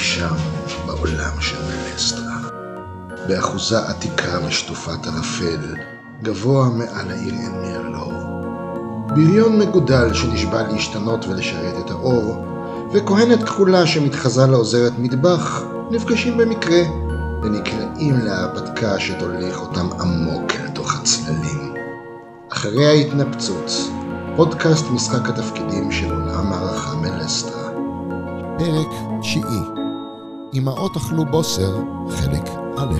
שם, בעולם של מלסטרה. באחוזה עתיקה משטופת ערפל, גבוה מעל העיר עין מרלור. בריון מגודל שנשבע להשתנות ולשרת את האור, וכהנת כחולה שמתחזה לעוזרת מטבח, נפגשים במקרה, ונקראים להרפתקה שתוליך אותם עמוק אל תוך הצללים. אחרי ההתנפצות, פודקאסט משחק התפקידים של עולם הערכה מלסטרה. פרק 9. אמהות אכלו בוסר, חלק א'.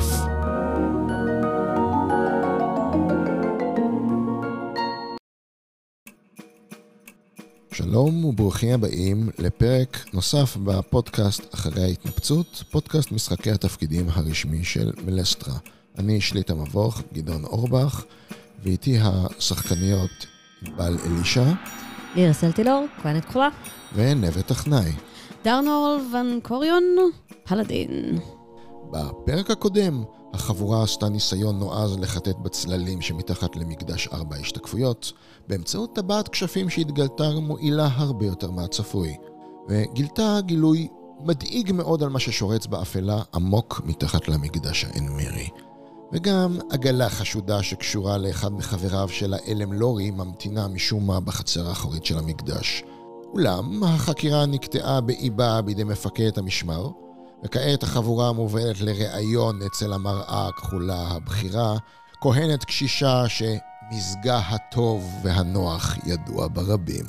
שלום וברוכים הבאים לפרק נוסף בפודקאסט אחרי ההתנפצות, פודקאסט משחקי התפקידים הרשמי של מלסטרה. אני שליט המבוך, גדעון אורבך, ואיתי השחקניות בל אלישה, ליר סלטילור, כהנת כחולה, ונווה טכנאי. דרנול ון קוריון, פלדין. בפרק הקודם, החבורה עשתה ניסיון נועז לחטט בצללים שמתחת למקדש 4 השתקפויות, באמצעות טבעת כשפים שהתגלתה מועילה הרבה יותר מהצפוי, וגילתה גילוי מדאיג מאוד על מה ששורץ באפלה עמוק מתחת למקדש האנמרי. וגם עגלה חשודה שקשורה לאחד מחבריו של האלם לורי ממתינה משום מה בחצר האחורית של המקדש. אולם החקירה נקטעה באיבה בידי מפקד המשמר, וכעת החבורה מובלת לראיון אצל המראה הכחולה הבכירה, כהנת קשישה שמזגה הטוב והנוח ידוע ברבים.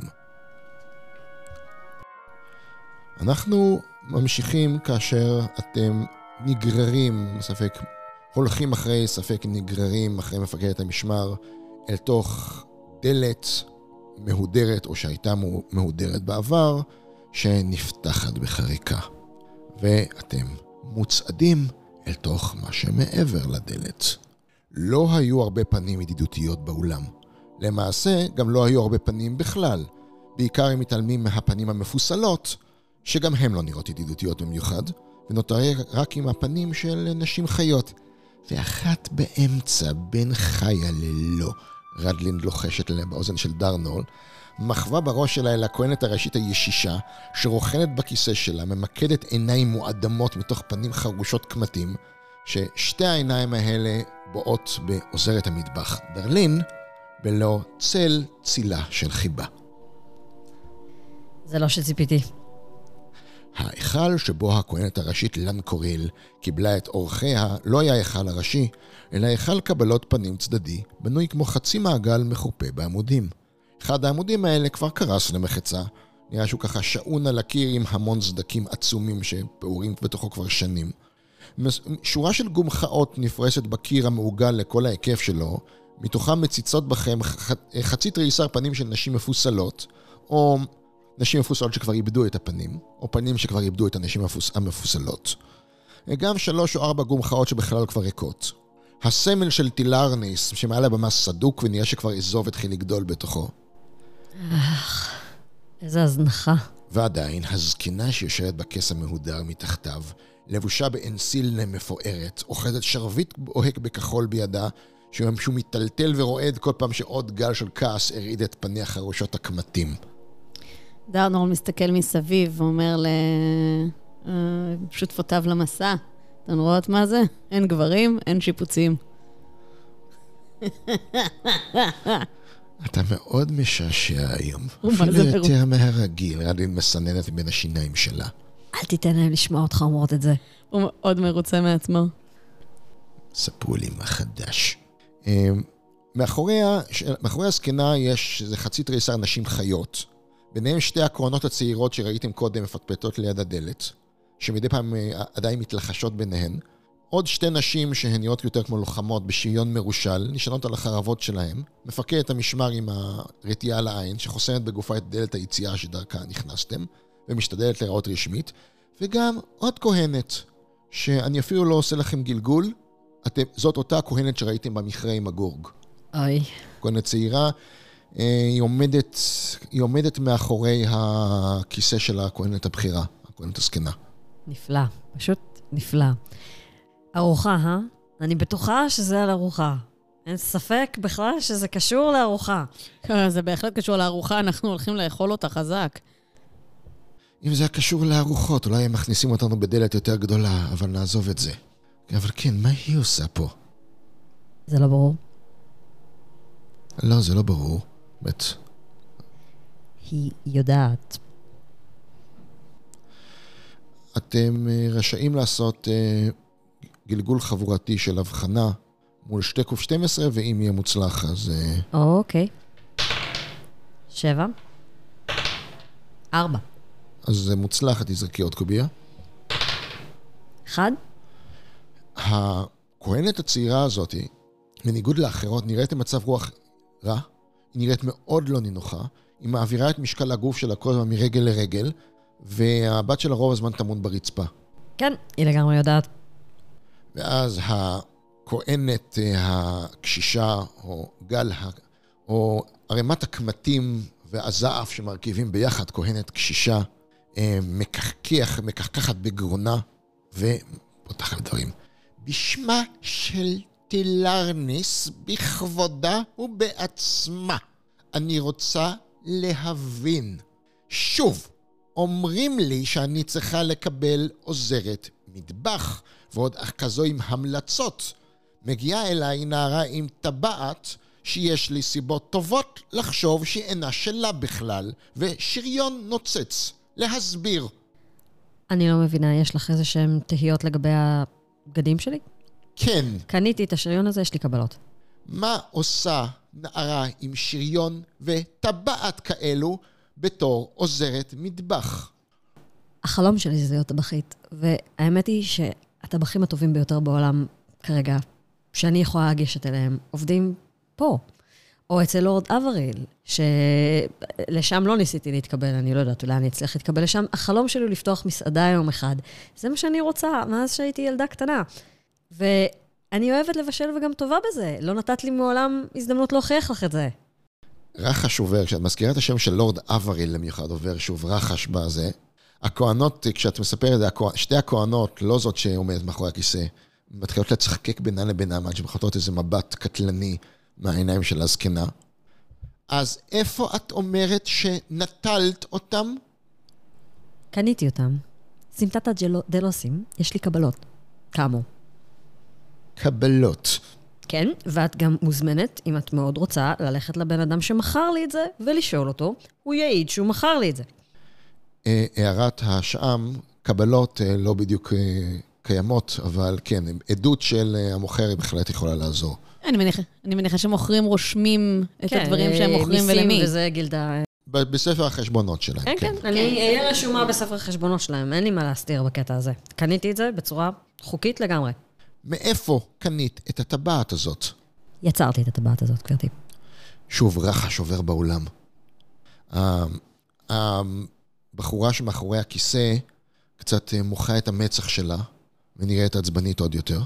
אנחנו ממשיכים כאשר אתם נגררים, הולכים אחרי ספק נגררים אחרי מפקדת המשמר אל תוך דלת מהודרת או שהייתה מהודרת בעבר שנפתחת בחריקה. ואתם מוצעדים אל תוך מה שמעבר לדלת. לא היו הרבה פנים ידידותיות באולם. למעשה גם לא היו הרבה פנים בכלל. בעיקר הם מתעלמים מהפנים המפוסלות, שגם הם לא נראות ידידותיות במיוחד, ונותרים רק עם הפנים של נשים חיות. ואחת באמצע בין חיה ללא, רדלין לוחשת עליה באוזן של דרנול, מחווה בראש שלה אל הכהנת הראשית הישישה, שרוכנת בכיסא שלה, ממקדת עיניים מועדמות מתוך פנים חרושות קמטים, ששתי העיניים האלה בואות בעוזרת המטבח דרלין, בלא צל צילה של חיבה. זה לא שציפיתי. ההיכל שבו הכהנת הראשית לנקוריל קיבלה את אורחיה לא היה ההיכל הראשי, אלא ההיכל קבלות פנים צדדי, בנוי כמו חצי מעגל מחופה בעמודים. אחד העמודים האלה כבר קרס למחצה, נראה שהוא ככה שעון על הקיר עם המון סדקים עצומים שפעורים בתוכו כבר שנים. שורה של גומחאות נפרסת בקיר המעוגל לכל ההיקף שלו, מתוכם מציצות בכם חצי תריסר פנים של נשים מפוסלות, או נשים מפוסלות שכבר איבדו את הפנים, או פנים שכבר איבדו את הנשים המפוסלות. גם 3 או 4 גומחאות שבכלל כבר ריקות. הסמל של טילרניס, שמעל הבמה סדוק ונראה שכבר אזוב התחיל לגדול בתוכו. איזה הזנחה. ועדיין, הזקנה שיושבת בכס המהודר מתחתיו, לבושה באנסיל מפוארת, אוחזת שרביט אוהק בכחול בידה, שהוא מטלטל ורועד כל פעם שעוד גל של כעס הרעיד את פניה חרושות הקמטים. דרנול מסתכל מסביב ואומר לשותפותיו למסע, אתן רואות מה זה? אין גברים, אין שיפוצים. אתה מאוד משעשע היום. אפילו יותר מהרגיל, רדלין מסננת בין השיניים שלה. אל תיתן להם לשמוע אותך אומרות את זה. הוא מאוד מרוצה מעצמו. ספרו לי מה חדש. מאחורי הסקנה יש חצי תריסר נשים חיות. ביניהם 2 הקרונות הצעירות שראיתם קודם מפטפטות ליד הדלת, שמדי פעם עדיין מתלחשות ביניהן. עוד 2 נשים שהן נראות יותר כמו לוחמות בשריון מרושל, נשענות על החרבות שלהם. מפקדת המשמר עם הרתיעה על העין, שחוסמת בגופה את דלת היציאה שדרכה נכנסתם, ומשתדלת לראות רשמית. וגם עוד כהנת, שאני אפילו לא עושה לכם גלגול, זאת אותה כהנת שראיתם במכרה עם הגורג. אוי. כהנת צעירה, היא עומדת מאחורי הכיסא של הכהנת הבכירה, הכהנת הסקנה. נפלא, פשוט נפלא. ארוחה, אני בטוחה שזה על ארוחה. אין ספק בכלל שזה קשור לארוחה. זה בהחלט קשור לארוחה, אנחנו הולכים לאכול אותה חזק. אם זה היה קשור לארוחות, אולי הם מכניסים אותנו בדלת יותר גדולה, אבל נעזוב את זה. אבל כן, מה היא עושה פה? זה לא ברור. לא, זה לא ברור. באמת. היא יודעת. אתם רשאים לעשות גלגול חבורתי של הבחנה מול 2q12, ואם יהיה מוצלח, אז... אוקיי. 7. 4. אז זה מוצלח, תזרקי עוד קוביה. 1. הכהנת הצעירה הזאת, בניגוד לאחרות, נראית במצב רוח רע, היא נראית מאוד לא נינוחה, היא מעבירה את משקל הגוף שלה כל הזמן מרגל לרגל, והבת שלה רוב הזמן תמון ברצפה. כן, היא לגמרי יודעת. ואז הכהנת הקשישה, או גל, או ערימת הקמטים והזעף שמרכיבים ביחד, כהנת קשישה, מקחקחת בגרונה, ופותחת דברים. בשמה של טילרניס, בכבודה ובעצמה, אני רוצה להבין. שוב, אומרים לי שאני צריכה לקבל עוזרת מטבח, ועוד כזו עם המלצות. מגיעה אליי נערה עם טבעת, שיש לי סיבות טובות לחשוב שהיא אינה שלה בכלל, ושריון נוצץ. להסביר. אני לא מבינה, יש לך איזה שהם תהיות לגבי הבגדים שלי? כן. קניתי את השריון הזה, יש לי קבלות. מה עושה נערה עם שריון וטבעת כאלו בתור עוזרת מטבח? החלום שלי זה להיות טבחית, והאמת היא שהטבחים הטובים ביותר בעולם כרגע, שאני יכולה לגשת אליהם, עובדים פה. או אצל לורד אבריל, שלשם לא ניסיתי להתקבל, אני לא יודעת, אולי אני אצליח להתקבל לשם. החלום שלי הוא לפתוח מסעדה יום אחד. זה מה שאני רוצה, מאז שהייתי ילדה קטנה. ואני אוהבת לבשל וגם טובה בזה. לא נתת לי מעולם הזדמנות להוכיח לך את זה. רחש עובר, כשאת מזכירה את השם של לורד אבריל למיוחד, עובר שוב רחש בזה. הכהנות, כשאת מספרת, שתי הכהנות, לא זאת שעומדת מאחורי הכיסא, מתחילות לצחקק בינן לבינם, עד שמחלטות איזה מבט קטלני, מהעיניים של הזקנה. אז איפה את אומרת שנטלת אותם? קניתי אותם. סמטת דלוסים, יש לי קבלות. כאמור. קבלות. כן, ואת גם מוזמנת, אם את מאוד רוצה, ללכת לבן אדם שמכר לי את זה, ולשאול אותו, הוא יעיד שהוא מכר לי את זה. הערת השעם, קבלות לא בדיוק קיימות, אבל כן, עדות של המוכר היא בהחלט יכולה לעזור. אני מניחה שמוכרים רושמים את הדברים שהם מוכרים ולמי. מיסים וזה גילדה. בספר החשבונות שלהם. כן, כן. אני אהיה רשומה בספר החשבונות שלהם. אין לי מה להסתיר בקטע הזה. קניתי את זה בצורה חוקית לגמרי. מאיפה קנית את הטבעת הזאת? יצרתי את הטבעת הזאת, גברתי. שוב, רחש עובר באולם. הבחורה שמאחורי הכיסא קצת מוחה את המצח שלה, ונראית עצבנית עוד יותר.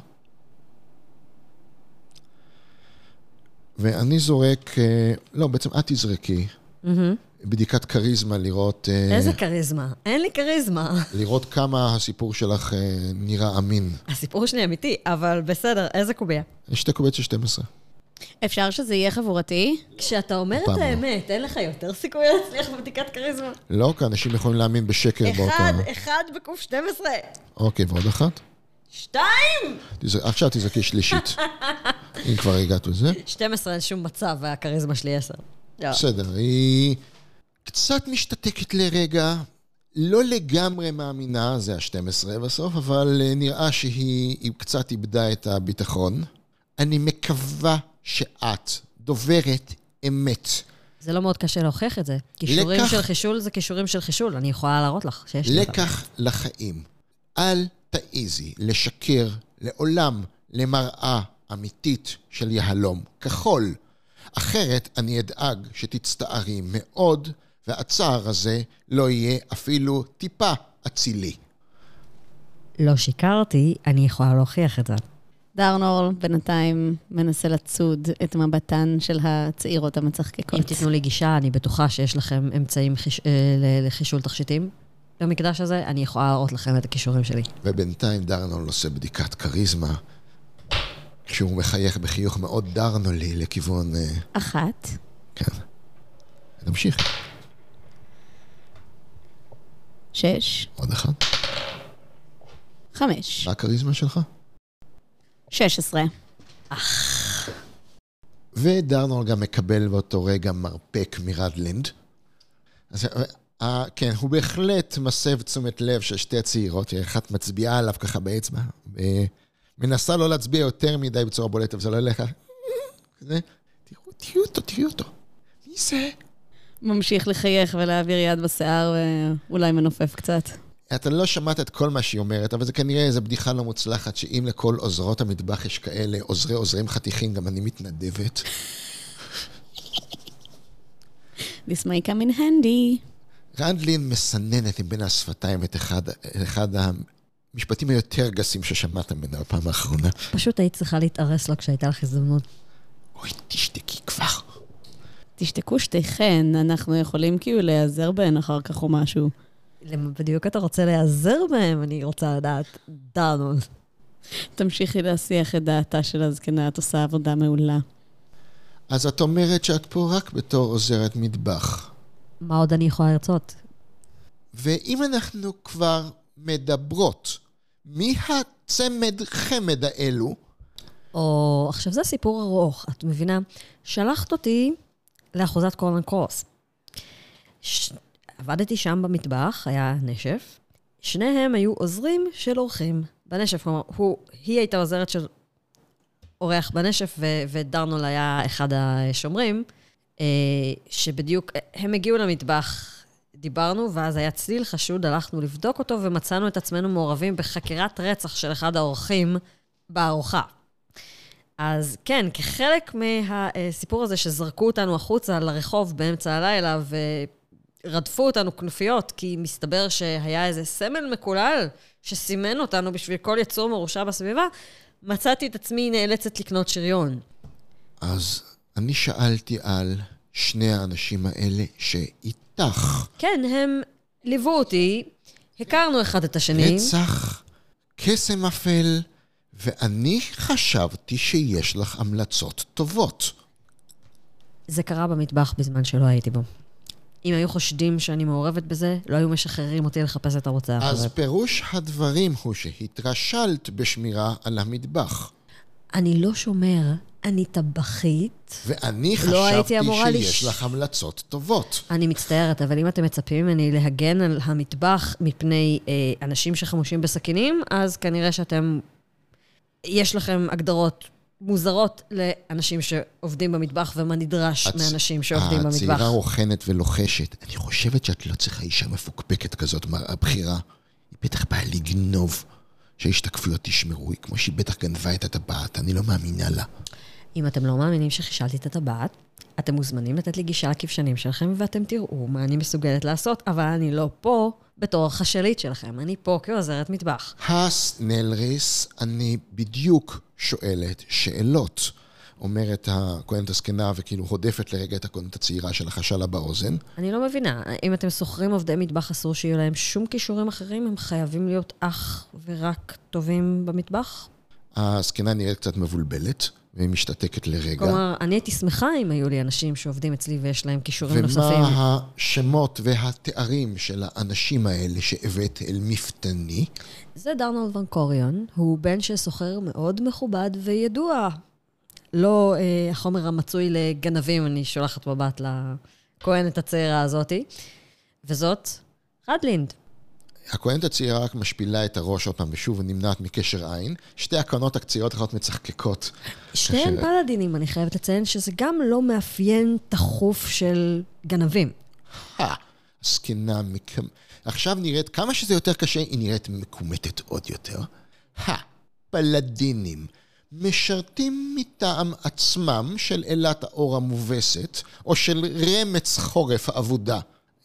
ואני זורק, לא, בעצם את תזרקי, בדיקת קריזמה לראות... איזה קריזמה? אין לי קריזמה. לראות כמה הסיפור שלך נראה אמין. הסיפור שלי אמיתי, אבל בסדר, איזה קוביה? יש 2 קוביות של 12. אפשר שזה יהיה חבורתי? כשאתה אומר את האמת, אין לך יותר סיכוי להצליח בבדיקת קריזמה? לא, כי אנשים יכולים להאמין בשקר באותה... אחד בקוף 12. אוקיי, ועוד אחת? 2! עכשיו תזרקי שלישית. אם כבר הגעת לזה. 12 אין שום מצב, והקריזמה שלי 10. בסדר, היא קצת משתתקת לרגע, לא לגמרי מאמינה, זה ה-12 בסוף, אבל נראה שהיא קצת איבדה את הביטחון. אני מקווה שאת דוברת אמת. זה לא מאוד קשה להוכיח את זה. כישורים של חישול זה כישורים של חישול, אני יכולה להראות לך שיש לי. לקח לחיים. אל תעיזי לשקר לעולם למראה אמיתית של יהלום כחול. אחרת אני אדאג שתצטערי מאוד, והצער הזה לא יהיה אפילו טיפה אצילי. לא שיקרתי, אני יכולה להוכיח את זה. דארנורל בינתיים מנסה לצוד את מבטן של הצעירות המצחקקות. אם תיתנו לי גישה, אני בטוחה שיש לכם אמצעים לחישול תכשיטים. במקדש הזה, אני יכולה להראות לכם את הכישורים שלי. ובינתיים דארנורל עושה בדיקת קריזמה, כשהוא מחייך בחיוך מאוד דארנולי לכיוון... 1. כן. נמשיך. 6. עוד אחד. 5. מה הכריזמה שלך? 16. ודרנול גם מקבל באותו רגע מרפק מרדלינד. אז כן, הוא בהחלט מסב תשומת לב של שתי הצעירות, אחת מצביעה עליו ככה באצבע, ומנסה לא להצביע יותר מדי בצורה בולטת, וזה לא ילך כזה, תראו אותו, מי זה? ממשיך לחייך ולהעביר יד בשיער, ואולי מנופף קצת. אתה לא שמעת את כל מה שהיא אומרת, אבל זה כנראה איזו בדיחה לא מוצלחת, שאם לכל עוזרות המטבח יש כאלה, עוזרים חתיכים, גם אני מתנדבת. This may come in handy. רדלין מסננת עם בין השפתיים את אחד המשפטים היותר גסים ששמעתם ממנו בפעם האחרונה. פשוט היית צריכה להתארס לו כשהייתה לך הזדמנות. אוי, תשתקי כבר. תשתקו שתיכן, אנחנו יכולים כאילו להיעזר בהן אחר כך או משהו. למה בדיוק אתה רוצה להיעזר בהם? אני רוצה לדעת, דרנול. תמשיכי להשיח את דעתה של הזקנה, את עושה עבודה מעולה. אז את אומרת שאת פה רק בתור עוזרת מטבח. מה עוד אני יכולה לרצות? ואם אנחנו כבר מדברות, מי הצמד חמד האלו? או, עכשיו זה סיפור ארוך, את מבינה? שלחת אותי לאחוזת קורלן קרוס. עבדתי שם במטבח, היה נשף. שניהם היו עוזרים של אורחים בנשף. כלומר, היא הייתה עוזרת של אורח בנשף, ודרנול היה אחד השומרים, שבדיוק, הם הגיעו למטבח, דיברנו, ואז היה צליל חשוד, הלכנו לבדוק אותו, ומצאנו את עצמנו מעורבים בחקירת רצח של אחד האורחים בארוחה. אז כן, כחלק מהסיפור הזה שזרקו אותנו החוצה לרחוב באמצע הלילה, ורדפו אותנו כנופיות, כי מסתבר שהיה איזה סמל מקולל שסימן אותנו בשביל כל יצור מרושע בסביבה, מצאתי את עצמי נאלצת לקנות שריון. אז אני שאלתי על שני האנשים האלה שאיתך. כן, הם ליוו אותי, הכרנו אחד את השני. רצח, קסם אפל, ואני חשבתי שיש לך המלצות טובות. זה קרה במטבח בזמן שלא הייתי בו. אם היו חושדים שאני מעורבת בזה, לא היו משחררים אותי לחפש את הרוצה האחרת. אז פירוש הדברים הוא שהתרשלת בשמירה על המטבח. אני לא שומר, אני טבחית. ואני לא חשבתי שיש לך המלצות טובות. אני מצטערת, אבל אם אתם מצפים ממני להגן על המטבח מפני אנשים שחמושים בסכינים, אז כנראה שאתם, יש לכם הגדרות מוזרות לאנשים שעובדים במטבח, ומה נדרש מאנשים שעובדים במטבח. הצעירה רוחנת ולוחשת. אני חושבת שאת לא צריכה אישה מפוקפקת כזאת, הבחירה. היא בטח באה לגנוב, שהשתקפויות תשמרו, כמו שהיא בטח גנבה את הטבעת, אני לא מאמינה לה. אם אתם לא מאמינים שחישלתי את הטבעת, אתם מוזמנים לתת לי גישה לכבשנים שלכם, ואתם תראו מה אני מסוגלת לעשות, אבל אני לא פה בתור החשלית שלכם, אני פה כעוזרת מטבח. הסנלריס, אני בדיוק שואלת שאלות, אומרת הכהנת הזקנה, וכאילו הודפת לרגע את הכהנת הצעירה של החשלה באוזן. אני לא מבינה, אם אתם שוכרים עובדי מטבח, אסור שיהיו להם שום כישורים אחרים, הם חייבים להיות אך ורק טובים במטבח? הזקנה נראית קצת מבולבלת, והיא משתתקת לרגע. כלומר, אני הייתי שמחה אם היו לי אנשים שעובדים אצלי ויש להם כישורים נוספים. ומה השמות והתארים של האנשים האלה שהבאת אל מפתני? זה דרנול ון קוריון, הוא בן של סוחר מאוד מכובד וידוע. לא החומר המצוי לגנבים, אני שולחת מבט לכהנת הצעירה הזאת. וזאת רדלינד. הכהנת הצעירה רק משפילה את הראש עוד פעם ושוב ונמנעת מקשר עין. שתי הקרנות הקצירות אחרות מצחקקות. שתיהן פלדינים, אני חייבת לציין שזה גם לא מאפיין תחוף של גנבים. הסקנה עכשיו נראית, כמה שזה יותר קשה, היא נראית מקומטת עוד יותר. פלדינים. משרתים מטעם עצמם של אלת האור המובסת, או של רמץ חורף העבודה.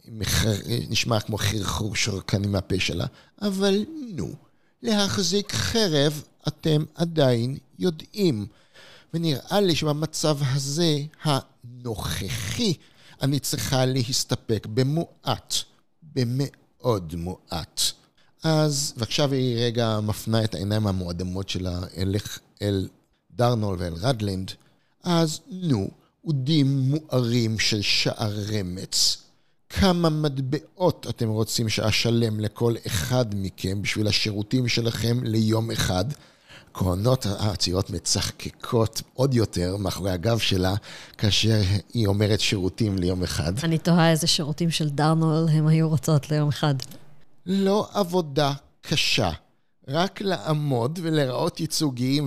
נשמע כמו חרחור שורקני מהפה שלה, אבל נו, להחזיק חרב אתם עדיין יודעים. ונראה לי שבמצב הזה, הנוכחי, אני צריכה להסתפק במועט, במאוד מועט. אז, ועכשיו היא רגע מפנה את העיניים המועדמות שלה אל דרנול ואל רדלינד, אז נו, עודים מוארים של שער רמץ, כמה מטבעות אתם רוצים שאשלם לכל אחד מכם בשביל השירותים שלכם ליום אחד. כהנות הצעירות מצחקקות עוד יותר מאחורי הגב שלה, כאשר היא אומרת שירותים ליום אחד. אני תוהה איזה שירותים של דרנול הם היו רוצות ליום אחד. לא עבודה קשה, רק לעמוד ולראות ייצוגיים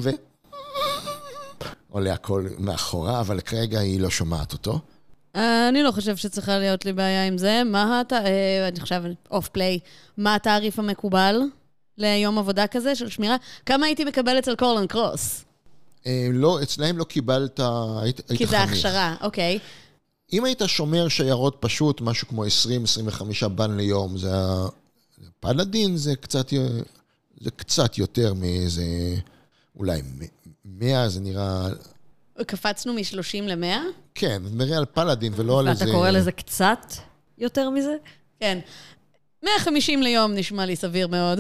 עולה הכל מאחורה, אבל כרגע היא לא שומעת אותו. אני לא חושב שצריכה להיות לי בעיה עם זה. אני חושב, אוף פליי, מה התעריף המקובל ליום עבודה כזה של שמירה? כמה הייתי מקבל אצל קורלן קרוס? לא, אצלהם לא קיבלת, היית חניך. כי זה הכשרה, אוקיי. אם היית שומר שיירות פשוט, משהו כמו 20-25 בן ליום, זה פלדין, זה קצת יותר מאיזה, אולי 100, זה נראה... קפצנו מ-30 ל-100? כן, נראה על פלדין ולא על איזה... ואתה קורא לזה קצת יותר מזה? כן. 150 ליום נשמע לי סביר מאוד.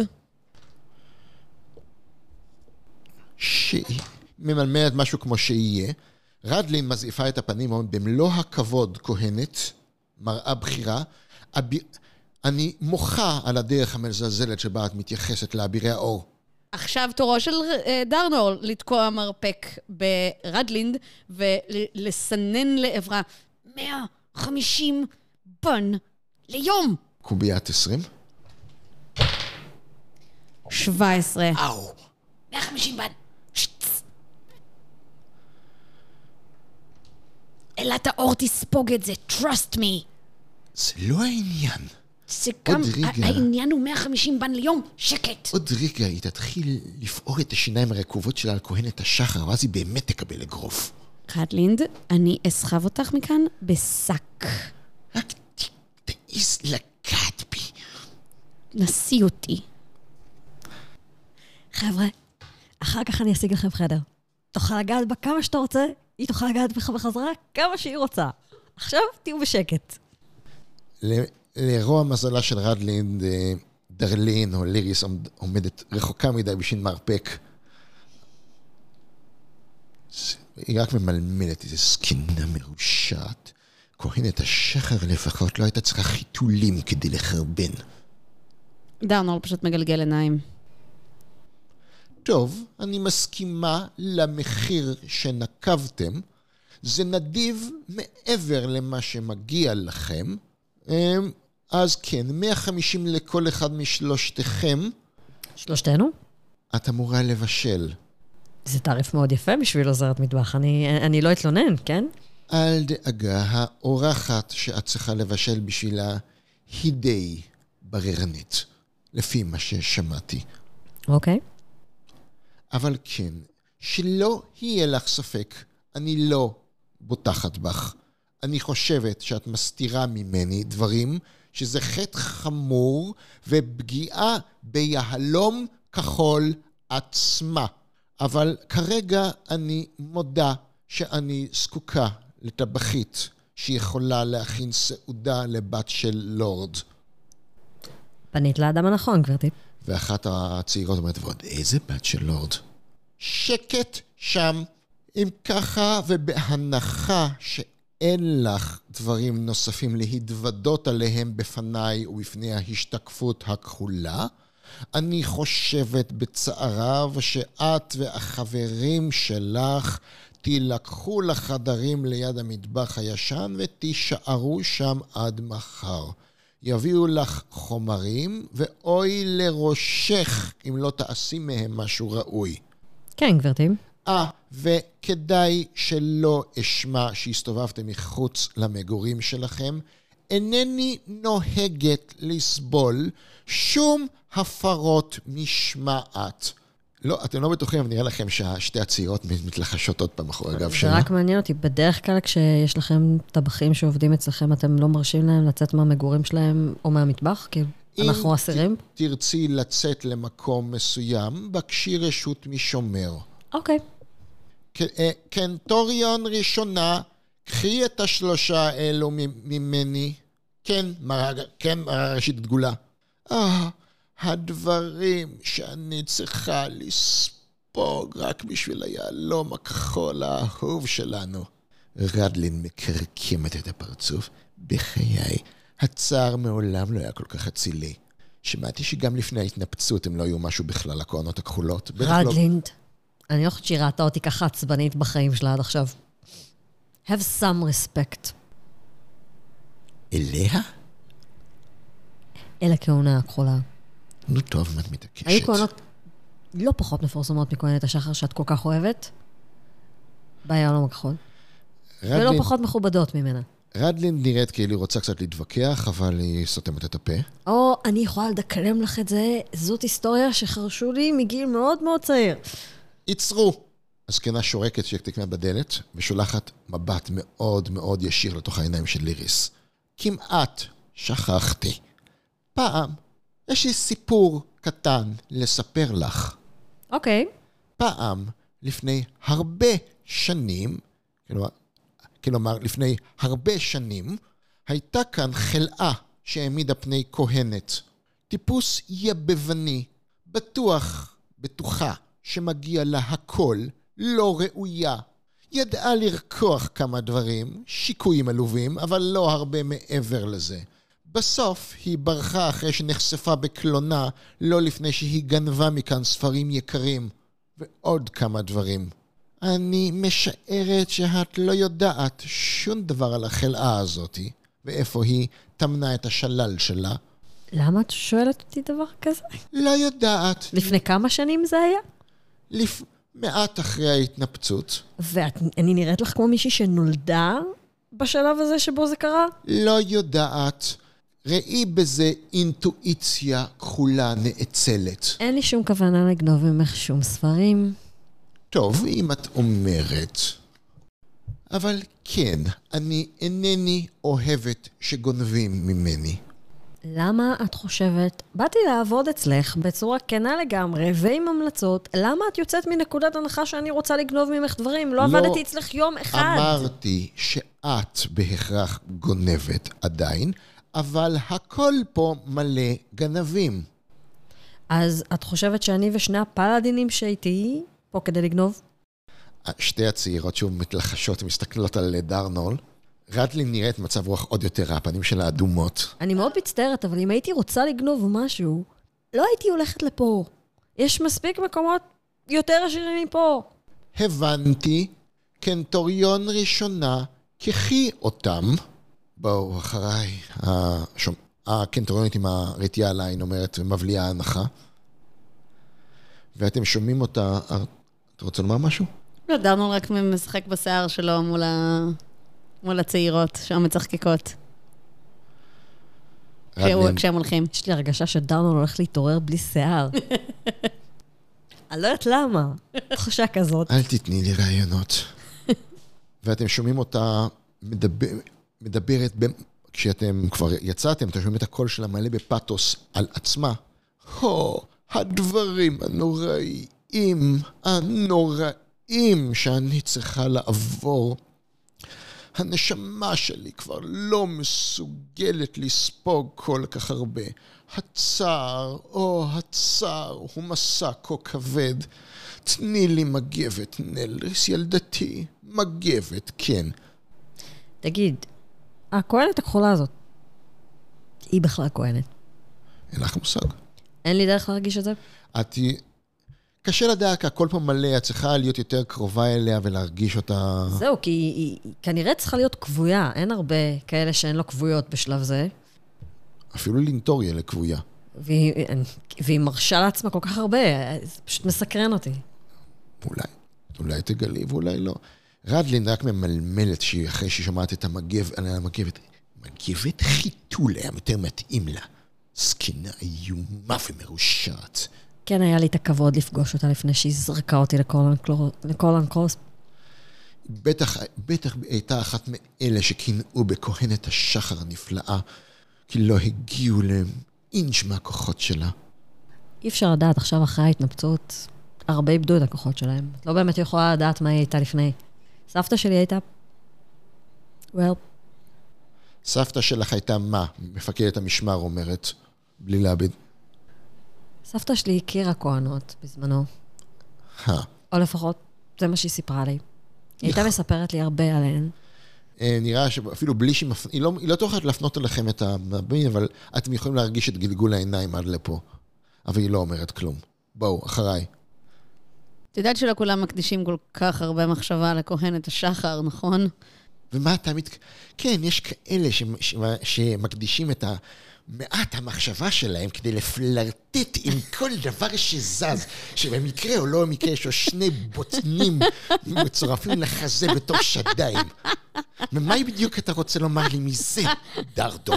ממלמלת משהו כמו שיהיה. רדלין מזעיפה את הפנים, במלוא הכבוד כהנת, מראה בחירה. אני מוחה על הדרך המזלזלת שבה את מתייחסת לאבירי האור. עכשיו תורו של דרנול לתקוע מרפק ברדלינד ולסנן לעברה 150 בן ליום. קוביית 20? 17. אאו. 150 בן. שטס. אלת האור תספוג את זה, trust me. זה לא העניין. זה גם, העניין הוא 150 בן ליום, שקט. עוד רגע היא תתחיל לפעור את השיניים הרקובות שלה על כהנת השחר, ואז היא באמת תקבל אגרוף. רדלינד, אני אסחב אותך מכאן בשק. רק תעיז לגעת בי. נסי אותי. חבר'ה, אחר כך אני אשיג לכם חדר. תוכל לגעת בה כמה שאתה רוצה, היא תוכל לגעת בך בחזרה כמה שהיא רוצה. עכשיו תהיו בשקט. לרוע מזלה של רדלינד, דרלין או ליריס עומדת רחוקה מדי בשביל מרפק. היא רק ממלמלת איזו סקינה מרושעת. כהנת השחר לפחות לא הייתה צריכה חיתולים כדי לחרבן. דרנול פשוט מגלגל עיניים. טוב, אני מסכימה למחיר שנקבתם. זה נדיב מעבר למה שמגיע לכם. אז כן, 150 לכל אחד משלושתכם. שלושתנו? את אמורה לבשל. זה תעריף מאוד יפה בשביל עוזרת מטבח. אני לא אתלונן, כן? אל דאגה, האורחת שאת צריכה לבשל בשבילה היא די בררנית, לפי מה ששמעתי. אוקיי. אבל כן, שלא יהיה לך ספק, אני לא בוטחת בך. אני חושבת שאת מסתירה ממני דברים שזה חטא חמור ופגיעה ביהלום כחול עצמה. אבל כרגע אני מודה שאני זקוקה לטבחית שיכולה להכין סעודה לבת של לורד. פנית לאדם הנכון, גברתי. ואחת הצעירות אומרת, ועוד איזה בת של לורד? שקט שם. אם ככה ובהנחה שאין לך דברים נוספים להתוודות עליהם בפניי ובפני ההשתקפות הכחולה, אני חושבת בצערב שאת והחברים שלך תילקחו לחדרים ליד המטבח הישן ותישארו שם עד מחר. יביאו לך חומרים ואוי לראשך אם לא תעשי מהם משהו ראוי. כן, גברתי. וכדאי שלא אשמע שהסתובבתם מחוץ למגורים שלכם. אינני נוהגת לסבול שום הפרות משמעת. לא, אתם לא בטוחים, אבל נראה לכם שהשתי הצעירות מתלחשות עוד פעם אחרי הגב שלה. זה רק מעניין אותי. בדרך כלל כשיש לכם טבחים שעובדים אצלכם, אתם לא מרשים להם לצאת מהמגורים שלהם או מהמטבח? כי אנחנו אסירים? תרצי לצאת למקום מסוים, בקשי רשות משומר. אוקיי. קנטוריון ראשונה, קחי את 3 אלו ממני. כן, ראשית דגולה. הדברים שאני צריכה לספוג רק בשביל היהלום הכחול האהוב שלנו. רדלין מקרקמת את הפרצוף. בחיי, הצער מעולם לא היה כל כך אצילי. שמעתי שגם לפני ההתנפצות הם לא היו משהו בכלל, הכהנות הכחולות. רדלינד, אני לא חושבת שהיא ראתה אותי ככה עצבנית בחיים שלה עד עכשיו. Have some respect. אליה? אל הכהונה הכחולה. נו טוב, מה את מתעקשת? היו כהנות לא פחות מפורסמות מכהנת השחר שאת כל כך אוהבת. בעולם הכחול. ולא פחות מכובדות ממנה. רדלין נראית כאילו היא רוצה קצת להתווכח, אבל היא סותמת את הפה. או, אני יכולה לדקלם לך את זה, זאת היסטוריה שחרשו לי מגיל מאוד מאוד צעיר. יצרו! הזקנה שורקת שתקנה בדלת, ושולחת מבט מאוד מאוד ישיר לתוך העיניים של ליריס. כמעט שכחתי. פעם, יש לי סיפור קטן לספר לך. אוקיי. פעם, לפני הרבה שנים, כלומר, לפני הרבה שנים, הייתה כאן חלאה שהעמידה פני כהנת. טיפוס יבבני, בטוחה, שמגיע לה הכל, לא ראויה. ידעה לרקוח כמה דברים, שיקויים עלובים, אבל לא הרבה מעבר לזה. בסוף היא ברחה אחרי שנחשפה בקלונה, לא לפני שהיא גנבה מכאן ספרים יקרים, ועוד כמה דברים. אני משערת שאת לא יודעת שום דבר על החלאה הזאת, ואיפה היא תמנה את השלל שלה. למה את שואלת אותי דבר כזה? לא יודעת. לפני כמה שנים זה היה? מעט אחרי ההתנפצות. ואני נראית לך כמו מישהי שנולדה בשלב הזה שבו זה קרה? לא יודעת. ראי בזה אינטואיציה כחולה נאצלת. אין לי שום כוונה לגנוב ממך שום ספרים. טוב, אם את אומרת. אבל כן, אני אינני אוהבת שגונבים ממני. למה את חושבת, באתי לעבוד אצלך בצורה כנה לגמרי ועם המלצות, למה את יוצאת מנקודת הנחה שאני רוצה לגנוב ממך דברים? לא עבדתי אצלך יום אחד. אמרתי שאת בהכרח גונבת עדיין, אבל הכל פה מלא גנבים. אז את חושבת שאני ושני הפלדינים שהייתי פה כדי לגנוב? שתי הצעירות שוב מתלחשות ומסתכלות על דרנול. רדלין נראית מצב רוח עוד יותר, הפנים שלה אדומות. אני מאוד מצטערת, אבל אם הייתי רוצה לגנוב משהו, לא הייתי הולכת לפה. יש מספיק מקומות יותר עשירים מפה. הבנתי, קנטוריון ראשונה, כחי אותם. בואו אחריי, הקנטוריונית עם הרתיעה על העין אומרת, מבליעה הנחה. ואתם שומעים אותה, אתה רוצה לומר משהו? לא, דרנול רק משחק בשיער שלו מול הצעירות שהמצחקקות. כשהם הולכים. יש לי הרגשה שדרנול הולך להתעורר בלי שיער. אני לא יודעת למה. תחושה כזאת. אל תתני לי רעיונות. ואתם שומעים אותה מדברת, כשאתם כבר יצאתם, אתם שומעים את הקול שלה מלא בפאטוס על עצמה. הדברים הנוראים שאני צריכה לעבור. הנשמה שלי כבר לא מסוגלת לספוג כל כך הרבה. הצער הוא מסע כה כבד. תני לי מגבת, נלריס ילדתי. מגבת, כן. תגיד, הכהנת הכחולה הזאת, היא בכלל כהנת. אין לך מושג. אין לי דרך להרגיש את זה? קשה לדעת, כי הכל פה מלא, את צריכה להיות יותר קרובה אליה ולהרגיש אותה. זהו, כי היא כנראה צריכה להיות קבויה. אין הרבה כאלה שהן לא קבויות בשלב זה. אפילו לנטור יהיה לקבויה. והיא מרשה לעצמה כל כך הרבה, זה פשוט מסקרן אותי. אולי תגלי ואולי לא. רדלין רק ממלמלת אחרי שהיא שומעת את המגבת. מגבת חיתול היה יותר מתאים לה. סכנה איומה ומרושעת. כן, היה לי את הכבוד לפגוש אותה לפני שהיא זרקה אותי לקולן קרוס. בטח הייתה אחת מאלה שכינאו בכהנת השחר הנפלאה, כי לא הגיעו להם אינץ' מהכוחות שלה. אי אפשר לדעת עכשיו אחרי ההתנפצות, הרבה איבדו את הכוחות שלהם. לא באמת יכולה לדעת מה היא הייתה לפני. סבתא שלי הייתה... סבתא שלך הייתה מה? מפקדת המשמר אומרת, בלי להביד. סבתא שלי הכירה כהנות בזמנו. או לפחות, זה מה שהיא סיפרה לי. היא הייתה מספרת לי הרבה עליהן. נראה שאפילו בלי היא לא תוכלת להפנות אליכם את המבעים, אבל אתם יכולים להרגיש את גלגול העיניים עד לפה. אבל היא לא אומרת כלום. בואו, אחריי. את יודעת שלא כולם מקדישים כל כך הרבה מחשבה לכהנת השחר, נכון? ומה אתה כן, יש כאלה שמקדישים את מעט המחשבה שלהם כדי לפלרטט עם כל דבר שזז, שבמקרה או לא במקרה יש לו שני בוטנים מצורפים לחזה בתור שדיים. ומה בדיוק אתה רוצה לומר לי מזה, דרדו?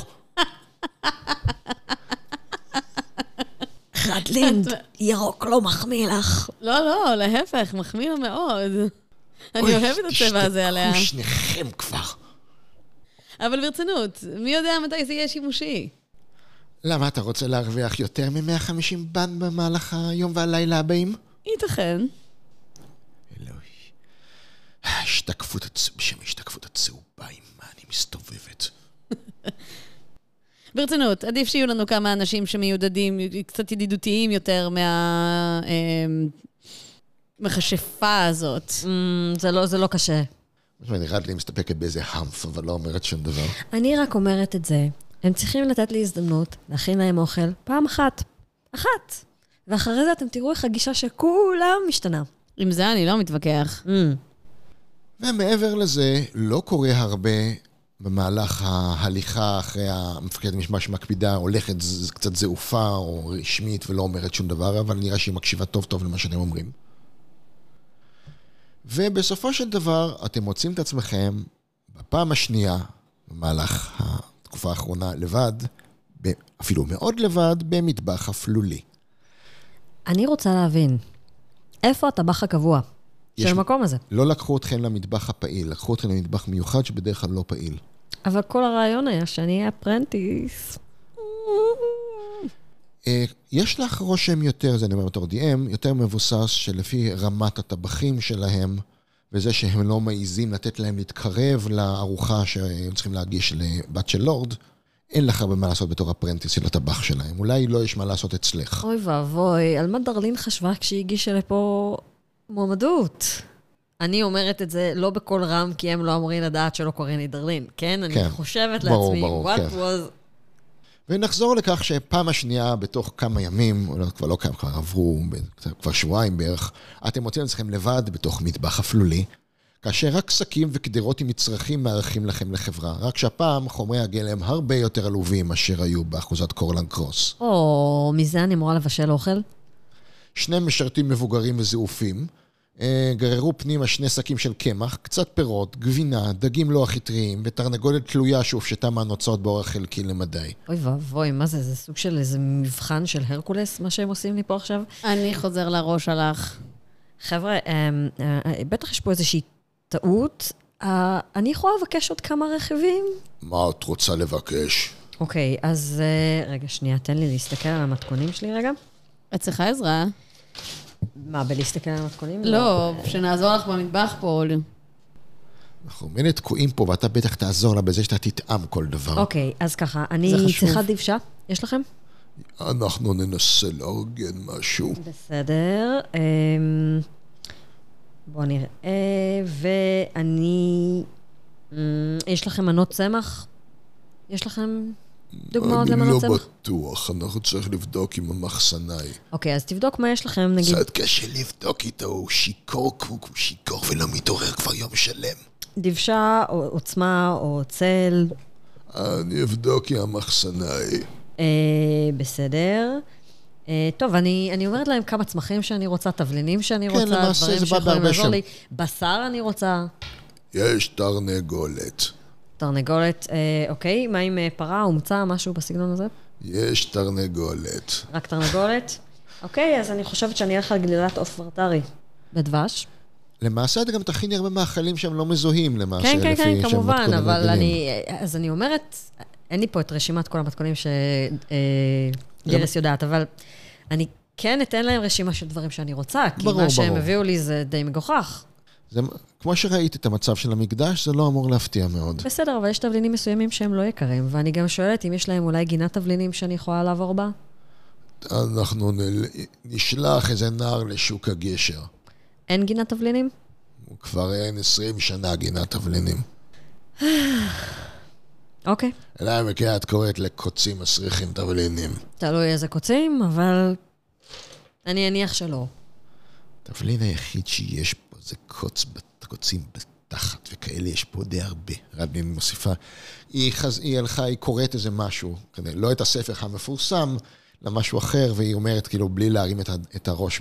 רדלינד, ירוק לא מחמיא לך. לא, להפך, מחמיא לו מאוד. אני אוהבת את הצבע הזה עליה. תשתקו שניכם כבר. אבל ברצינות, מי יודע מתי זה יהיה שימושי? למה אתה רוצה להרוויח יותר מ-150 בן במהלך היום והלילה הבאים? ייתכן. אלוהי. בשם השתקפות הצהובה, עם מה אני מסתובבת. ברצינות, עדיף שיהיו לנו כמה אנשים שמיודדים, קצת ידידותיים יותר מהמכשפה הזאת. זה לא קשה. נראה לי מסתפקת באיזה המף, אבל לא אומרת שום דבר. אני רק אומרת את זה. הם צריכים לתת לי הזדמנות להכין להם אוכל פעם אחת. ואחרי זה אתם תראו איך הגישה שכולם משתנה. עם זה אני לא מתווכח. ומעבר לזה, לא קורה הרבה במהלך ההליכה אחרי המפקדת משמע שמקפידה, הולכת קצת זעופה או רשמית ולא אומרת שום דבר, אבל נראה שהיא מקשיבה טוב למה שאתם אומרים. ובסופו של דבר, אתם מוצאים את עצמכם בפעם השנייה, במהלך התקופה האחרונה לבד, אפילו מאוד לבד, במטבח אפלולי. אני רוצה להבין, איפה הטבח הקבוע של המקום הזה? לא לקחו אתכם למטבח הפעיל, לקחו אתכם למטבח מיוחד שבדרך כלל לא פעיל. אבל כל הרעיון היה שאני אהיה אפרנטיס. יש לך רושם יותר, זה אני אומר בתור DM, יותר מבוסס שלפי רמת הטבחים שלהם, וזה שהם לא מעיזים לתת להם להתקרב לארוחה שהם צריכים להגיש לבת של לורד, אין לך הרבה מה לעשות בתור הפרנטיס של הטבח שלהם. אולי לא יש מה לעשות אצלך. אוי ואבוי, על מה דרלין חשבה כשהיא הגישה לפה מועמדות? אני אומרת את זה לא בכל רם, כי הם לא אמורים לדעת שלא קוראים לי דרלין. כן? אני חושבת לעצמי, what was... ונחזור לכך שפעם השנייה בתוך כמה ימים, כבר לא כמה, כבר עברו, כבר שבועיים בערך, אתם מוצאים אצלכם לבד בתוך מטבח אפלולי, כאשר רק שקים וקדירות עם מצרכים מערכים לכם לחברה, רק שהפעם חומרי הגלם הרבה יותר עלובים אשר היו באחוזת קורלנד קרוס. מזה אני אמורה לבשל אוכל? שני משרתים מבוגרים וזעופים, גררו פנימה 2 שקים של קמח, קצת פירות, גבינה, דגים לא אחיטריים, ותרנגולת תלויה שהופשטה מהנוצות באורח חלקי למדי. אוי ואבוי, מה זה? זה סוג של איזה מבחן של הרקולס, מה שהם עושים לי פה עכשיו? אני חוזר לראש שלך. חבר'ה, בטח יש פה איזושהי טעות. אני יכולה לבקש עוד כמה רכיבים? מה את רוצה לבקש? אוקיי, אז רגע, שנייה, תן לי להסתכל על המתכונים שלי רגע. את צריכה עזרה? מה, בלהסתכל על המתכונים? לא, שנעזור לך במטבח פה. אנחנו מנה תקועים פה, ואתה בטח תעזור לה בזה שאתה תטעם כל דבר. אוקיי, אז ככה, אני צריכה דבשה. יש לכם? אנחנו ננסה לארגן משהו. בסדר. בואו נראה. ואני... יש לכם מנות צמח? יש לכם דוגמאות למנות צמח? אני לא בטוח, אנחנו צריך לבדוק עם המחסנאי. אוקיי, אז תבדוק מה יש לכם, נגיד. קצת קשה לבדוק איתו, הוא שיכור ולא מתעורר כבר יום שלם. דבשה, או עוצמה, או צל. אני אבדוק עם המחסנאי. בסדר. טוב, אני אומרת להם כמה צמחים שאני רוצה, תבלינים שאני רוצה, דברים שיכולים לעזור לי. בשר אני רוצה. יש תרנגולת. תרנגולת, אוקיי. מה עם פרה, הומצא, משהו בסגנון הזה? יש תרנגולת. רק תרנגולת? אוקיי, אז אני חושבת שאני אלך על גלילת עוף ורטרי. בדבש. למעשה אתה גם תכיני הרבה מאכלים שהם לא מזוהים למעשה. כן, כן, כן, כמובן, אבל אז אני אומרת, אין לי פה את רשימת כל המתכונים שגרס יודעת, אבל אני כן אתן להם רשימה של דברים שאני רוצה, כי מה שהם הביאו לי זה די מגוחך. כמו שראית את המצב של המקדש, זה לא אמור להפתיע מאוד. בסדר, אבל יש תבלינים מסוימים שהם לא יקרים, ואני גם שואלת אם יש להם אולי גינת תבלינים שאני יכולה לעבור בה? אנחנו נשלח איזה נער לשוק הגשר. אין גינת תבלינים? כבר אין 20 שנה גינת תבלינים. אוקיי. אלא במקרה את קוראת לקוצים מסריחים תבלינים. תלוי איזה קוצים, אבל אני אניח שלא. תבלין היחיד שיש פה זה קוצים בתחת, וכאלה יש פה די הרבה. רדלין מוסיפה. היא הלכה, היא קוראת איזה משהו, לא את הספר המפורסם, למשהו אחר, והיא אומרת כאילו בלי להרים את הראש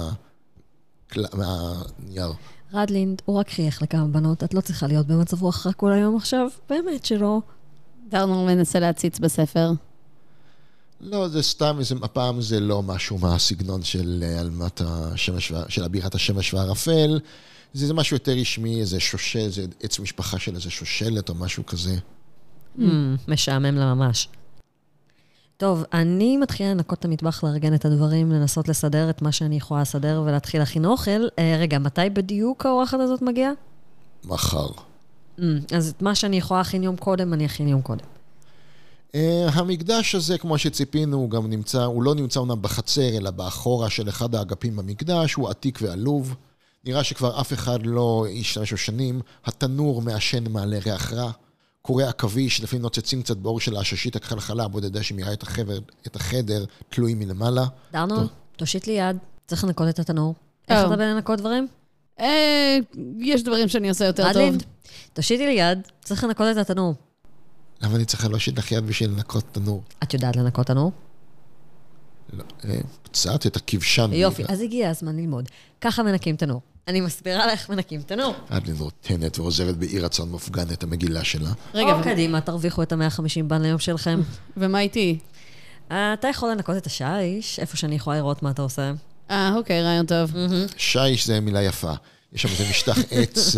מהנייר. רדלינד, הוא רק חייך לכמה בנות, את לא צריכה להיות במצב רוח רק כל היום עכשיו, באמת שלא. דרנור מנסה להציץ בספר. לא, זה סתם, הפעם זה לא משהו מהסגנון של אלמת השמש, של אבירת השמש והערפל, זה משהו יותר רשמי, איזה שושל, זה עץ משפחה של איזה שושלת או משהו כזה. משעמם לה ממש. טוב, אני מתחילה לנקות את המטבח, לארגן את הדברים, לנסות לסדר את מה שאני יכולה לסדר ולהתחיל להכין אוכל. רגע, מתי בדיוק האורחת הזאת מגיעה? מחר. אז את מה שאני יכולה להכין יום קודם, אני אכין יום קודם. המקדש הזה, כמו שציפינו, הוא גם נמצא, הוא לא נמצא אומנם בחצר, אלא באחורה של אחד האגפים במקדש, הוא עתיק ועלוב. נראה שכבר אף אחד לא ישתמש בשנים. התנור מעשן מעלה ריח רע. קורא עכביש, לפעמים נוצצים קצת באור של העששית הכחלחלה, הבודדה שמראה את החדר תלוי מלמעלה. דרנור, תושיט לי יד, צריך לנקות את התנור. איך אתה בלנקות דברים? יש דברים שאני עושה יותר טוב. רדלינד, תושיטי לי יד, צריך לנקות את התנור. למה אני צריכה להושיט לך יד בשביל לנקות תנור? את יודעת לנקות תנור? לא, קצת את הכבשן. יופי, אז הגיע הזמן ללמוד. ככה מנקים תנור. אני מסבירה לך מנקים תנור. עד נותנת ועוזבת באי רצון מופגן את המגילה שלה. רגע, קדימה, תרוויחו את ה-150 בן ליום שלכם. ומה איתי? אתה יכול לנקות את השיש, איפה שאני יכולה לראות מה אתה עושה. אוקיי, רעיון טוב. שיש זה מילה יפה. יש שם איזה משטח עץ.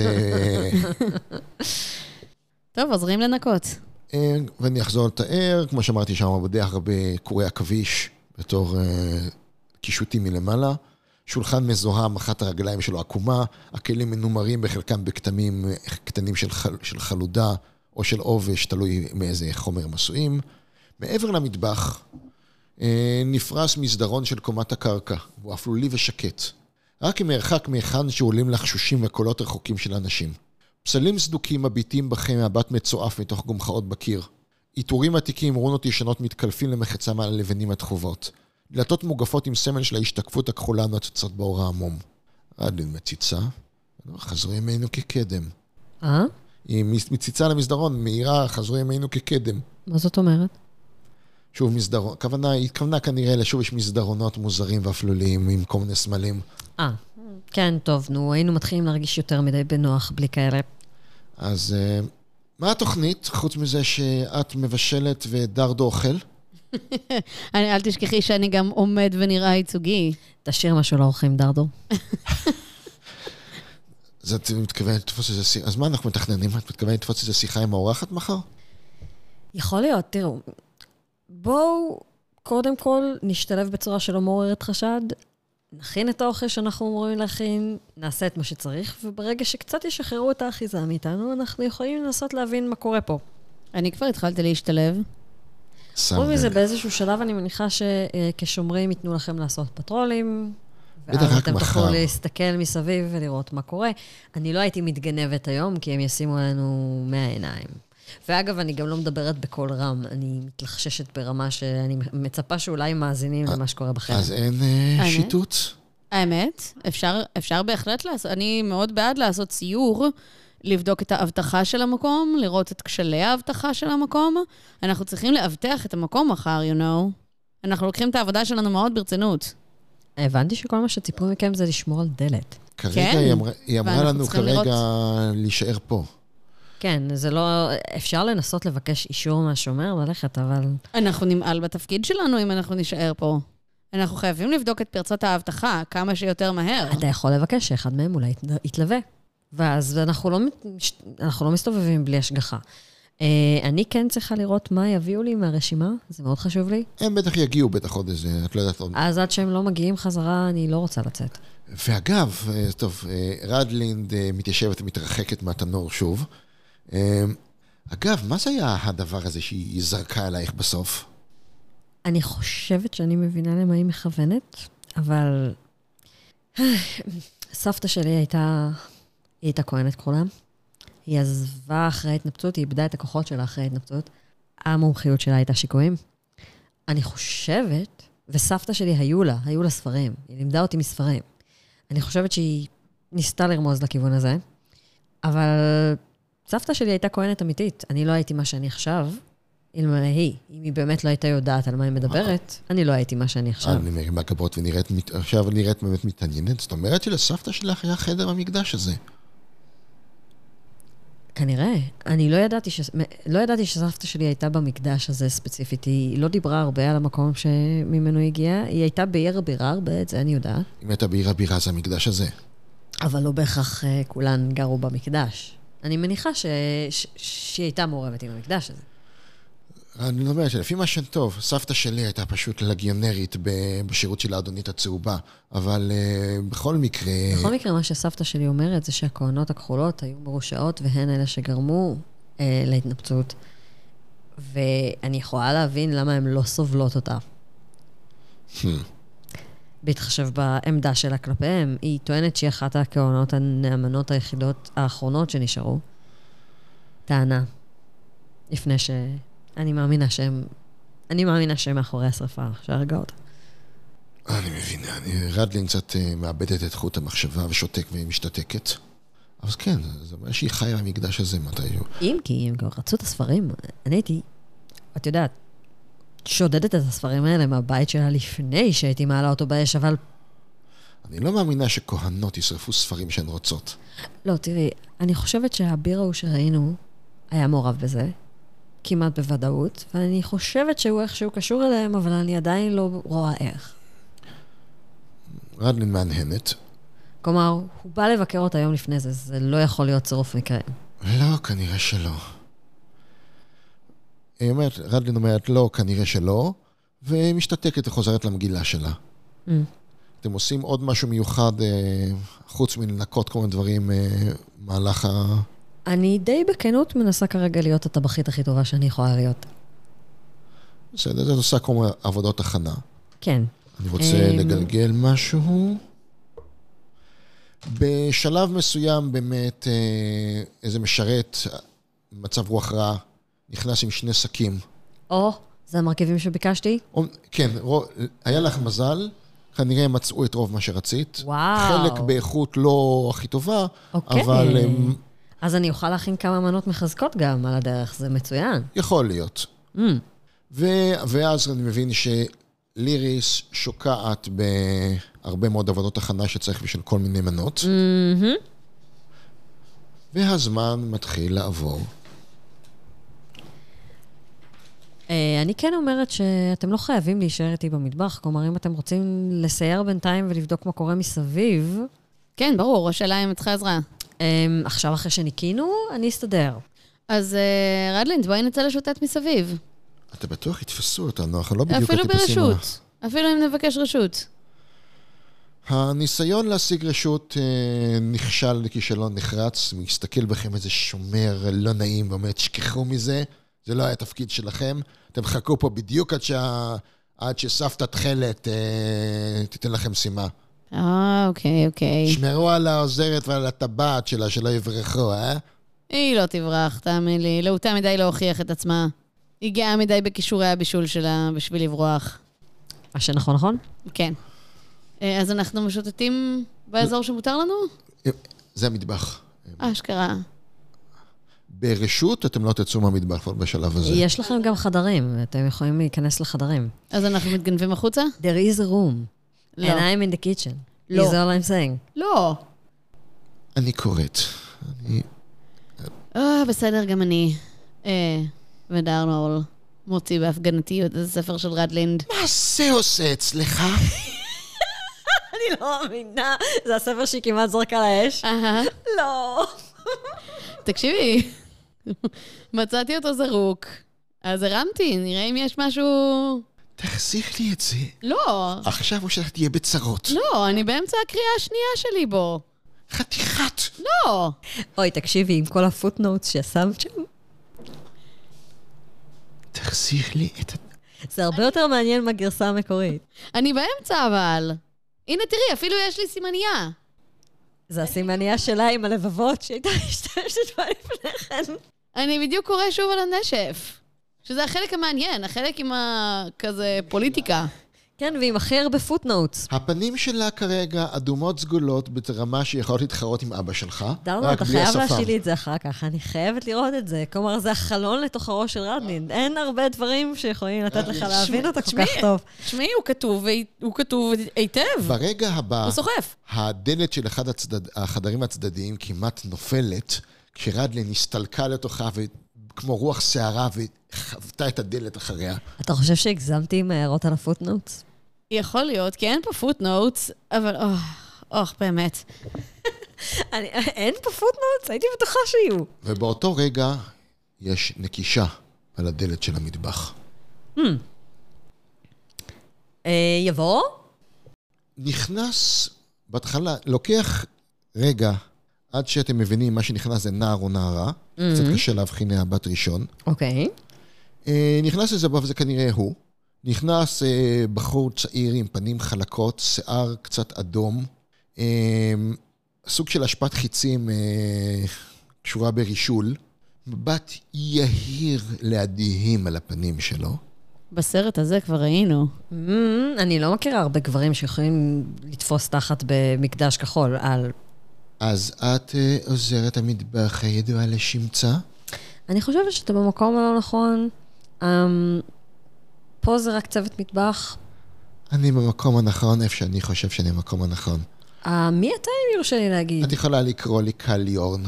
טוב, עוזרים לנקות. ואני אחזור לתאר, כמו שאמרתי שם, בדרך הרבה קורי עכביש בתור קישוטים מלמעלה. שולחן מזוהם, אחת הרגליים שלו עקומה, הכלים מנומרים בחלקם בכתמים קטנים של חלודה או של עובש, תלוי מאיזה חומר מסוים. מעבר למטבח נפרס מסדרון של קומת הקרקע, הוא אפלולי ושקט. רק עם מרחק מהיכן שעולים לחשושים וקולות רחוקים של אנשים. פסלים סדוקים מביטים בכם מבט מצועף מתוך גומחאות בקיר. עיטורים עתיקים, רונות ישנות מתקלפים למחצה מעל הלבנים התחובות. דלתות מוגפות עם סמל של ההשתקפות הכחולה נוצצות באור העמום. רדלין מציצה, חזרו ימינו כקדם. היא מציצה למסדרון, מהירה, חזרו ימינו כקדם. מה זאת אומרת? שוב מסדרון, היא התכוונה כנראה לשוב יש מסדרונות מוזרים ואפלוליים עם כל מיני סמלים. כן, טוב, היינו מתחילים להרגיש יותר מדי בנוח בלי כאלה. אז מה התוכנית, חוץ מזה שאת מבשלת ודרדו אוכל? אל תשכחי שאני גם עומד ונראה ייצוגי. תשאיר משהו לאורחים, דרדו. אז את מתכוונת לתפוס איזה שיחה, אז מה אנחנו מתכננים? את מתכוונת לתפוס איזה שיחה עם האורחת מחר? יכול להיות, תראו. בואו, קודם כל, נשתלב בצורה שלא מעוררת חשד, נכין את האוכל שאנחנו אמורים להכין, נעשה את מה שצריך, וברגע שקצת ישחררו את האחיזה מאיתנו, אנחנו יכולים לנסות להבין מה קורה פה. אני כבר התחלתי להשתלב. חוץ מזה, באיזשהו שלב אני מניחה שכשומרים ייתנו לכם לעשות פטרולים, ואז אתם תוכלו להסתכל מסביב ולראות מה קורה. אני לא הייתי מתגנבת היום, כי הם ישימו עלינו 100 עיניים. ואגב, אני גם לא מדברת בקול רם, אני מתלחששת ברמה שאני מצפה שאולי מאזינים למה שקורה בחדר. אז אין שיטוט? האמת, אפשר בהחלט לעשות, אני מאוד בעד לעשות סיור, לבדוק את האבטחה של המקום, לראות את כשלי האבטחה של המקום. אנחנו צריכים לאבטח את המקום מחר, you know. אנחנו לוקחים את העבודה שלנו מאוד ברצינות. הבנתי שכל מה שציפו מכם זה לשמור על דלת. כרגע היא אמרה לנו כרגע להישאר פה. כן, זה לא... אפשר לנסות לבקש אישור מהשומר ללכת, אבל... אנחנו נמעל בתפקיד שלנו אם אנחנו נשאר פה. אנחנו חייבים לבדוק את פרצות האבטחה כמה שיותר מהר. אתה יכול לבקש שאחד מהם אולי יתלווה. ואז אנחנו לא מסתובבים בלי השגחה. אני כן צריכה לראות מה יביאו לי מהרשימה, זה מאוד חשוב לי. הם בטח יגיעו, בטח עוד איזה, את לא יודעת עוד. אז עד שהם לא מגיעים חזרה, אני לא רוצה לצאת. ואגב, טוב, רדלינד מתיישבת ומתרחקת מהתנור שוב. אגב, מה זה היה הדבר הזה שהיא זרקה עלייך בסוף? אני חושבת שאני מבינה למה היא מכוונת, אבל סבתא שלי הייתה כהנת כחולה, היא עזבה אחרי ההתנפצות, היא איבדה את הכוחות שלה אחרי ההתנפצות. המומחיות שלה הייתה שיקויים. אני חושבת, וסבתא שלי היו לה ספרים, היא לימדה אותי מספרים. אני חושבת שהיא ניסתה לרמוז לכיוון הזה, אבל סבתא שלי הייתה כהנת אמיתית. אני לא הייתי מה שאני עכשיו, אלמלא היא. אם היא באמת לא הייתה יודעת על מה היא מדברת, אני לא הייתי מה שאני עכשיו. אני מרים מהגבות עכשיו נראית באמת מתעניינת. זאת אומרת שלסבתא שלך היה חדר במקדש הזה. כנראה. אני לא ידעתי שסבתא שלי הייתה במקדש הזה ספציפית. היא לא דיברה הרבה על המקום שממנו היא הגיעה. היא הייתה בעיר הבירה הרבה, את זה אני יודעת. אם הייתה בעיר הבירה זה המקדש הזה. אבל לא בהכרח כולן גרו במקדש. אני מניחה שהיא הייתה מעורבת עם המקדש הזה. אני אומר שלפי מה שטוב, סבתא שלי הייתה פשוט לגיונרית בשירות של האדונית הצהובה, אבל בכל מקרה... בכל מקרה, מה שסבתא שלי אומרת זה שהכהנות הכחולות היו מרושעות, והן אלה שגרמו להתנפצות. ואני יכולה להבין למה הן לא סובלות אותה. בהתחשב בעמדה שלה כלפיהם, היא טוענת שהיא אחת הכהנות הנאמנות היחידות האחרונות שנשארו. טענה. לפני ש... אני מאמינה שהם מאחורי השרפה, שהרגע אותה. אני מבין, רדלין קצת מאבדת את חוט המחשבה ושותק ומשתתקת. אבל כן, זה אומר שהיא חיה במקדש הזה מתישהו. אם כי הם כבר רצו את הספרים, אני הייתי, את יודעת, שודדת את הספרים האלה מהבית שלה לפני שהייתי מעלה אותו באש, אבל... אני לא מאמינה שכהנות ישרפו ספרים שהן רוצות. לא, תראי, אני חושבת שהביר ההוא שראינו היה מעורב בזה. כמעט בוודאות, ואני חושבת שהוא איכשהו קשור אליהם, אבל אני עדיין לא רואה איך. רדלין מהנהנת. כלומר, הוא בא לבקר אותה יום לפני זה, זה לא יכול להיות צירוף מקרה. לא, כנראה שלא. רדלין אומרת לא, כנראה שלא, ומשתתקת וחוזרת למגילה שלה. אתם עושים עוד משהו מיוחד, חוץ מלנקות כל מיני דברים, מהלך אני די בכנות מנסה כרגע להיות הטבחית הכי טובה שאני יכולה להיות. בסדר, זה עושה כל מיני עבודות הכנה. כן. אני רוצה לגלגל משהו. בשלב מסוים באמת איזה משרת, מצב רוח רע, נכנס עם 2 שקים. זה המרכיבים שביקשתי? כן, היה לך מזל, כנראה מצאו את רוב מה שרצית. וואו. חלק באיכות לא הכי טובה, אוקיי. אבל... אז אני אוכל להכין כמה מנות מחזקות גם על הדרך, זה מצוין. יכול להיות. ואז אני מבין שליריס שוקעת בהרבה מאוד עבודות הכנה שצריך בשביל כל מיני מנות. והזמן מתחיל לעבור. אני כן אומרת שאתם לא חייבים להישאר איתי במטבח, כלומר, אם אתם רוצים לסייר בינתיים ולבדוק מה קורה מסביב... כן, ברור, השאלה אם את צריכה עזרה. עכשיו אחרי שניקינו, אני אסתדר. אז רדלינד, בואי נצא לשוטט מסביב. אתה בטוח יתפסו אותנו, אנחנו לא בדיוק אפילו הטיפוסים. ברשות. אפילו אם נבקש רשות. הניסיון להשיג רשות נכשל לכישלון נחרץ, מסתכל בכם איזה שומר לא נעים ואומר, תשכחו מזה, זה לא היה תפקיד שלכם, אתם חכו פה בדיוק עד שסבתא תחלת תיתן לכם שימה. אוקיי. שמרו על העוזרת ועל הטבעת שלה, שלא יברחו, היא לא תברח, תאמין לי. להוטה מדי להוכיח את עצמה. היא גאה מדי בכישורי הבישול שלה בשביל לברוח. מה שנכון, נכון? כן. אז אנחנו משוטטים באזור שמותר לנו? זה המטבח. אשכרה. ברשות אתם לא תצאו מהמטבח בשלב הזה. יש לכם גם חדרים, אתם יכולים להיכנס לחדרים. אז אנחנו מתגנבים החוצה? There is a room. לא. And I'm in the kitchen. לא. Is all I'm saying. לא. אני קוראת. בסדר, גם אני. ודארנול מוציא בהפגנתיות את הספר של רדלינד. מה זה עושה אצלך? אני לא מאמינה. זה הספר שהיא כמעט זרקה לאש? לא. תקשיבי, מצאתי אותו זרוק. אז הרמתי, נראה אם יש משהו... תחזיר לי את זה. לא. עכשיו או שאתה תהיה בצרות. לא, אני באמצע הקריאה השנייה שלי בו. חתיכת. לא. אוי, תקשיבי, עם כל הפוטנוטס ששמת שם. תחזיר לי את... זה הרבה יותר מעניין מהגרסה המקורית. אני באמצע אבל. הנה תראי, אפילו יש לי סימניה. זה הסימניה שלה עם הלבבות שהייתה משתמשת בה לפני כן. אני בדיוק קורא שוב על הנשף. שזה החלק המעניין, החלק עם כזה פוליטיקה. כן, ועם הכי הרבה פוטנוטס. הפנים שלה כרגע אדומות סגולות ברמה שיכולות להתחרות עם אבא שלך. דרנו, אתה חייב להשאיר לי את זה אחר כך. אני חייבת לראות את זה. כלומר, זה החלון לתוך הראש של רדנין. אין הרבה דברים שיכולים לתת לך להבין אותו כל כך טוב. תשמעי, הוא כתוב היטב. ברגע הבא, הוא סוחף. הדלת של אחד החדרים הצדדיים כמעט נופלת, כשרדלין הסתלקה לתוכה כמו רוח שערה וחוותה את הדלת אחריה. אתה חושב שהגזמתי עם הערות על הפוטנוטס? יכול להיות, כי אין פה פוטנוטס, אבל באמת. אין פה פוטנוטס? הייתי בטוחה שיהיו. ובאותו רגע יש נקישה על הדלת של המטבח. יבוא? נכנס, בהתחלה, לוקח רגע עד שאתם מבינים מה שנכנס זה נער או נערה, קצת קשה להבחין הבת ראשון. אוקיי. נכנס לזה בו, וזה כנראה הוא. נכנס בחור צעיר עם פנים חלקות, שיער קצת אדום, סוג של השפעת חיצים קשורה ברישול, מבט יהיר להדהים על הפנים שלו. בסרט הזה כבר ראינו. אני לא מכירה הרבה גברים שיכולים לתפוס תחת במקדש כחול על... אז את עוזרת המטבח הידועה לשמצה? אני חושבת שאתה במקום הלא נכון. פה זה רק צוות מטבח. אני במקום הנכון, איפה שאני חושב שאני במקום הנכון. מי אתה אם יורשה לי להגיד? את יכולה לקרוא לי קליורן.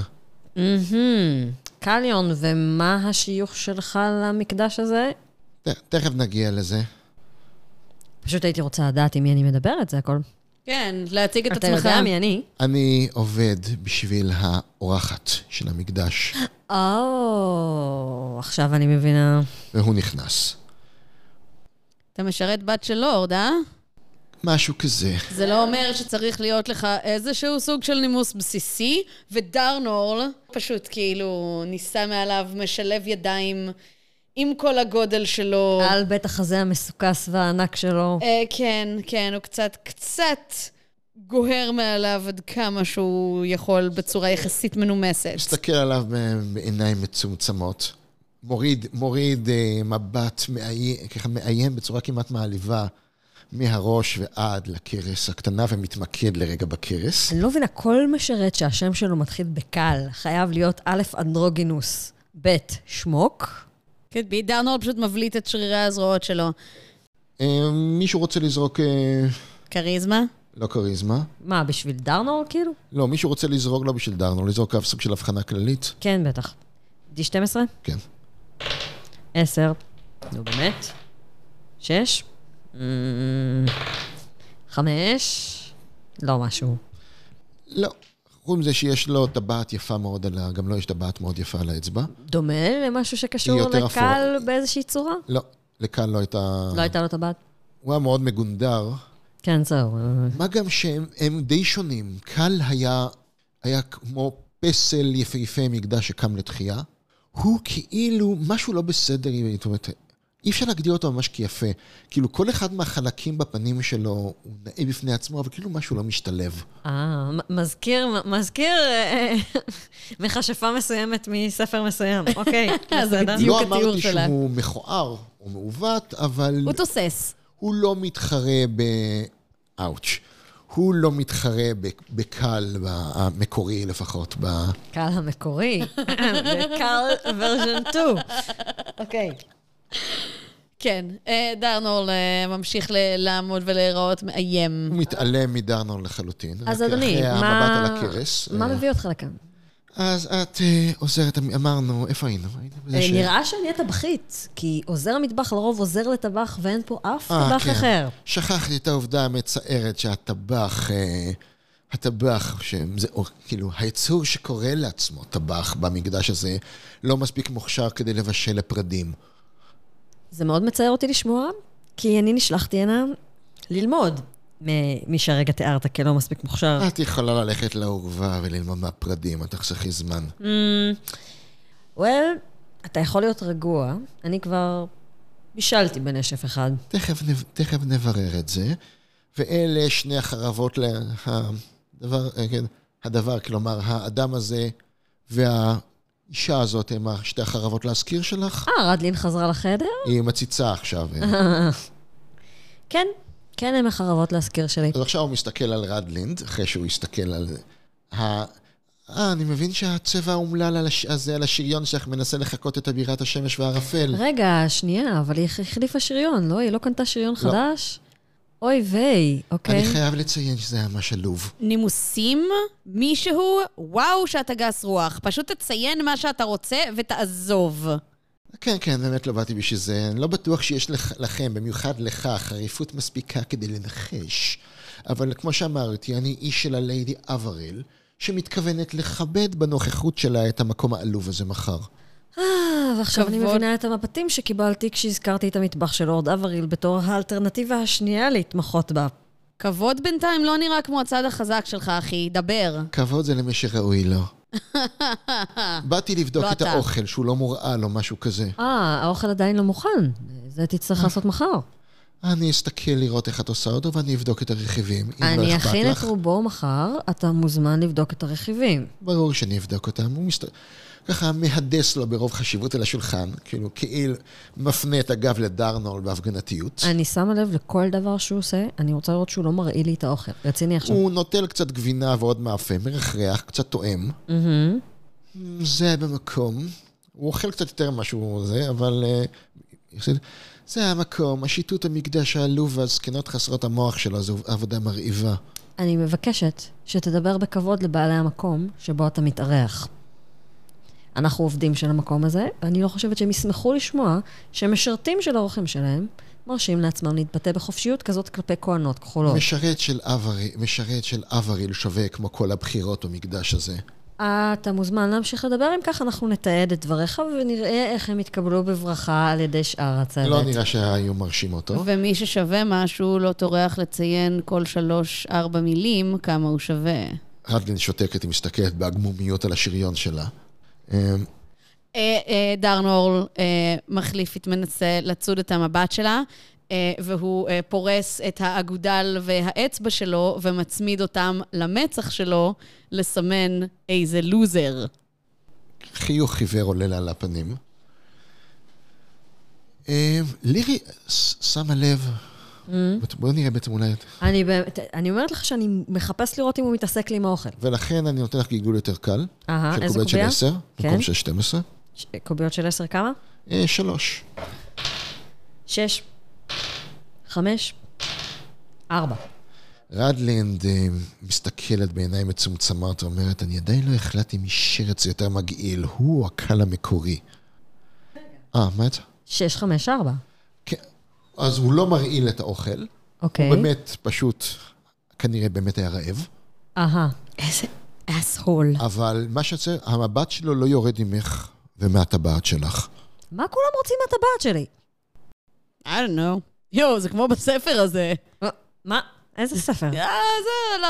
קליון, ומה השיוך שלך למקדש הזה? תכף נגיע לזה. פשוט הייתי רוצה לדעת עם מי אני מדברת, זה הכל. כן, להציג את עצמך. אתה יודע מי אני? אני עובד בשביל האורחת של המקדש. עכשיו אני מבינה. והוא נכנס. אתה משרת בת של לורד, משהו כזה. זה לא אומר שצריך להיות לך איזשהו סוג של נימוס בסיסי, ודרנול פשוט כאילו ניסה מעליו, משלב ידיים עם כל הגודל שלו. על בית החזה המסוכס והענק שלו. כן, הוא קצת גוהר מעליו עד כמה שהוא יכול בצורה יחסית מנומסת. מסתכל עליו בעיניים מצומצמות. מוריד מבט מאיים בצורה כמעט מעליבה מהראש ועד לקרס הקטנה ומתמקד לרגע בקרס. אני לא מבינה, כל משרת שהשם שלו מתחיל בקל חייב להיות א' אנדרוגינוס, ב' שמוק. כן, דרנול פשוט מבליט את שרירי הזרועות שלו. מישהו רוצה לזרוק... קריזמה? לא קריזמה. מה, בשביל דרנול כאילו? לא, מישהו רוצה לזרוק לא בשביל דרנול, לזרוק סוג של הבחנה כללית. כן, בטח. D12? כן. 10. נו, באמת. 6. 5. לא משהו. לא. חוץ מזה שיש לו טבעת יפה מאוד עליה, גם לא יש טבעת מאוד יפה על האצבע. דומה למשהו שקשור לקל באיזושהי צורה? לא, לקל לא הייתה... לא הייתה לו טבעת? הוא היה מאוד מגונדר. כן, זהו. מה גם שהם די שונים. קל היה כמו פסל יפהפה מקדש שקם לתחייה. הוא כאילו משהו לא בסדר, זאת אומרת, אי אפשר להגדיר אותו ממש כיפה. כאילו כל אחד מהחלקים בפנים שלו הוא נאה בפני עצמו, אבל כאילו משהו לא משתלב. מזכיר מכשפה מסוימת מספר מסוים. אוקיי, בסדר. לא אמרתי שהוא מכוער או מעוות, אבל... הוא תוסס. הוא לא מתחרה אאוץ'. הוא לא מתחרה בקל המקורי לפחות. קל המקורי? בקל ורז'ן 2. אוקיי. כן, דרנול ממשיך לעמוד ולהיראות מאיים. הוא מתעלם מדרנול לחלוטין. אז אדוני, מה מביא אותך לכאן? אז את עוזרת, אמרנו, איפה היינו? נראה שאני הטבחית, כי עוזר המטבח לרוב עוזר לטבח, ואין פה אף טבח אחר. שכחתי את העובדה המצערת שהטבח, כאילו, היצור שקורא לעצמו טבח במקדש הזה, לא מספיק מוכשר כדי לבשל לפרדים. זה מאוד מצער אותי לשמוע, כי אני נשלחתי הנה ללמוד מי שהרגע תיארת כלא מספיק מוכשר. את יכולה ללכת לאורווה וללמוד מהפרדים, את תחסכי זמן. אתה יכול להיות רגוע, אני כבר בישלתי בנשף אחד. תכף נברר את זה, ואלה שני החרבות הדבר, כלומר, האדם הזה והאישה הזאת הם שתי החרבות להזכיר שלך? רדלין חזרה לחדר? היא מציצה עכשיו. כן, כן הם החרבות להזכיר שלי. אז עכשיו הוא מסתכל על רדלינד, אחרי שהוא הסתכל על... אני מבין שהצבע האומלל הזה על השריון שלך מנסה לחכות את אבירת השמש והערפל. רגע, שנייה, אבל היא החליפה שריון, לא? היא לא קנתה שריון חדש? אוי ויי, אוקיי. אני חייב לציין שזה היה ממש עלוב. נימוסים, מישהו, וואו שאתה גס רוח. פשוט תציין מה שאתה רוצה ותעזוב. כן, כן, באמת לא באתי בשביל זה. אני לא בטוח שיש לכם, במיוחד לך, חריפות מספיקה כדי לנחש. אבל כמו שאמרתי, אני איש של הליידי אבריל, שמתכוונת לכבד בנוכחות שלה את המקום העלוב הזה מחר. ועכשיו אני מבינה את המבטים שקיבלתי כשהזכרתי את המטבח של לורד אבריל בתור האלטרנטיבה השנייה להתמחות בה. כבוד בינתיים לא נראה כמו הצד החזק שלך, אחי, דבר. כבוד זה למי שראוי לו. באתי לבדוק את האוכל, שהוא לא מורעל או משהו כזה. האוכל עדיין לא מוכן. זה תצטרך לעשות מחר. אני אסתכל לראות איך את עושה אותו, ואני אבדוק את הרכיבים. אני אכין את רובו מחר, אתה מוזמן לבדוק את הרכיבים. ברור שאני אבדוק אותם. הוא ככה מהדס לו ברוב חשיבות על השולחן, כאילו מפנה את הגב לדרנול בהפגנתיות. אני שמה לב לכל דבר שהוא עושה, אני רוצה לראות שהוא לא מראה לי את האוכל. רציני עכשיו. הוא נוטל קצת גבינה ועוד מאפה, מרח ריח, קצת טועם. זה במקום. הוא אוכל קצת יותר משהו זה, אבל... זה המקום, השיטוט המקדש העלוב והזקנות חסרות המוח שלו, זו עבודה מרהיבה. אני מבקשת שתדבר בכבוד לבעלי המקום שבו אתה מתארח. אנחנו עובדים של המקום הזה, ואני לא חושבת שהם ישמחו לשמוע שמשרתים של האורחים שלהם מרשים לעצמם להתבטא בחופשיות כזאת כלפי כהנות כחולות. משרת של אבריל שווה כמו כל הבחירות ומקדש הזה. אתה מוזמן להמשיך לדבר, אם כך אנחנו נתעד את דבריך ונראה איך הם יתקבלו בברכה על ידי שאר הצוות. לא נראה שהיו מרשים אותו. ומי ששווה משהו לא טורח לציין כל 3-4 מילים כמה הוא שווה. רדלין שותקת, היא מסתכלת בהגמומיות על השריון שלה. דרנורל מחליפית מנסה לצוד את המבט שלה, והוא פורס את האגודל והאצבע שלו ומצמיד אותם למצח שלו לסמן איזה לוזר. חיוך חיוור עולה לה על הפנים. לירי, שמה לב. בואו נראה בעצם אולי... אני אומרת לך שאני מחפש לראות אם הוא מתעסק לי עם האוכל. ולכן אני נותן לך גלגול יותר קל. איזה קוביה? של 10, במקום של 12. קוביות של 10 כמה? 3. 6. 5. 4. רדלינד מסתכלת בעיניים מצומצמות ואומרת, אני עדיין לא החלטתי מי שרץ זה יותר מגעיל, הוא הקל המקורי. מה את? 6, 5, 4. כן, אז הוא לא מרעיל את האוכל. אוקיי. הוא באמת פשוט, כנראה באמת היה רעב. איזה אסהול. אבל מה שצריך, המבט שלו לא יורד ממך ומהטבעת שלך. מה כולם רוצים מהטבעת שלי? I don't know. יו, זה כמו בספר הזה. מה? איזה ספר? זה,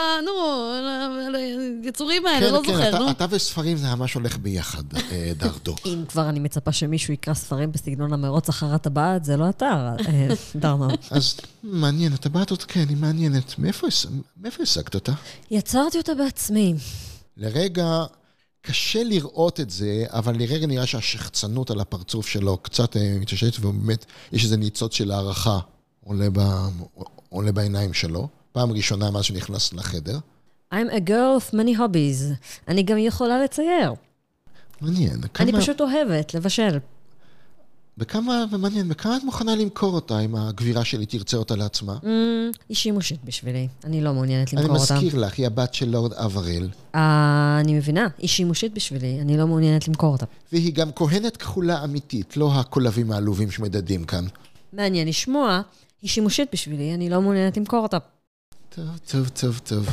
יצורים האלה, לא זוכר, נו. אתה וספרים זה ממש הולך ביחד, דרדו. אם כבר אני מצפה שמישהו יקרא ספרים בסגנון המרוץ אחר הטבעת, זה לא אתה, דרנול. אז מעניין, הטבעת עוד כן, היא מעניינת. מאיפה השגת אותה? יצרתי אותה בעצמי. לרגע, קשה לראות את זה, אבל לרגע נראה שהשחצנות על הפרצוף שלו קצת מתשתת, ובאמת יש איזה ניצוץ של הערכה עולה בעיניים שלו. פעם ראשונה מאז שנכנס לחדר. I'm a girl of many hobbies. אני גם יכולה לצייר. מעניין. אני פשוט אוהבת לבשל. בכמה את מוכנה למכור אותה, אם הגבירה שלי תרצה אותה לעצמה? היא שימושית בשבילי. אני לא מעוניינת למכור אותה. אני מזכיר לך, היא הבת של לורד אבריל. אני מבינה, היא שימושית בשבילי. אני לא מעוניינת למכור אותה. והיא גם כהנת כחולה אמיתית, לא הקולבים העלובים שמדדים כאן. מעניין לשמוע, היא שימושית בשבילי, אני לא מעוניינת למכור אותה. טוב.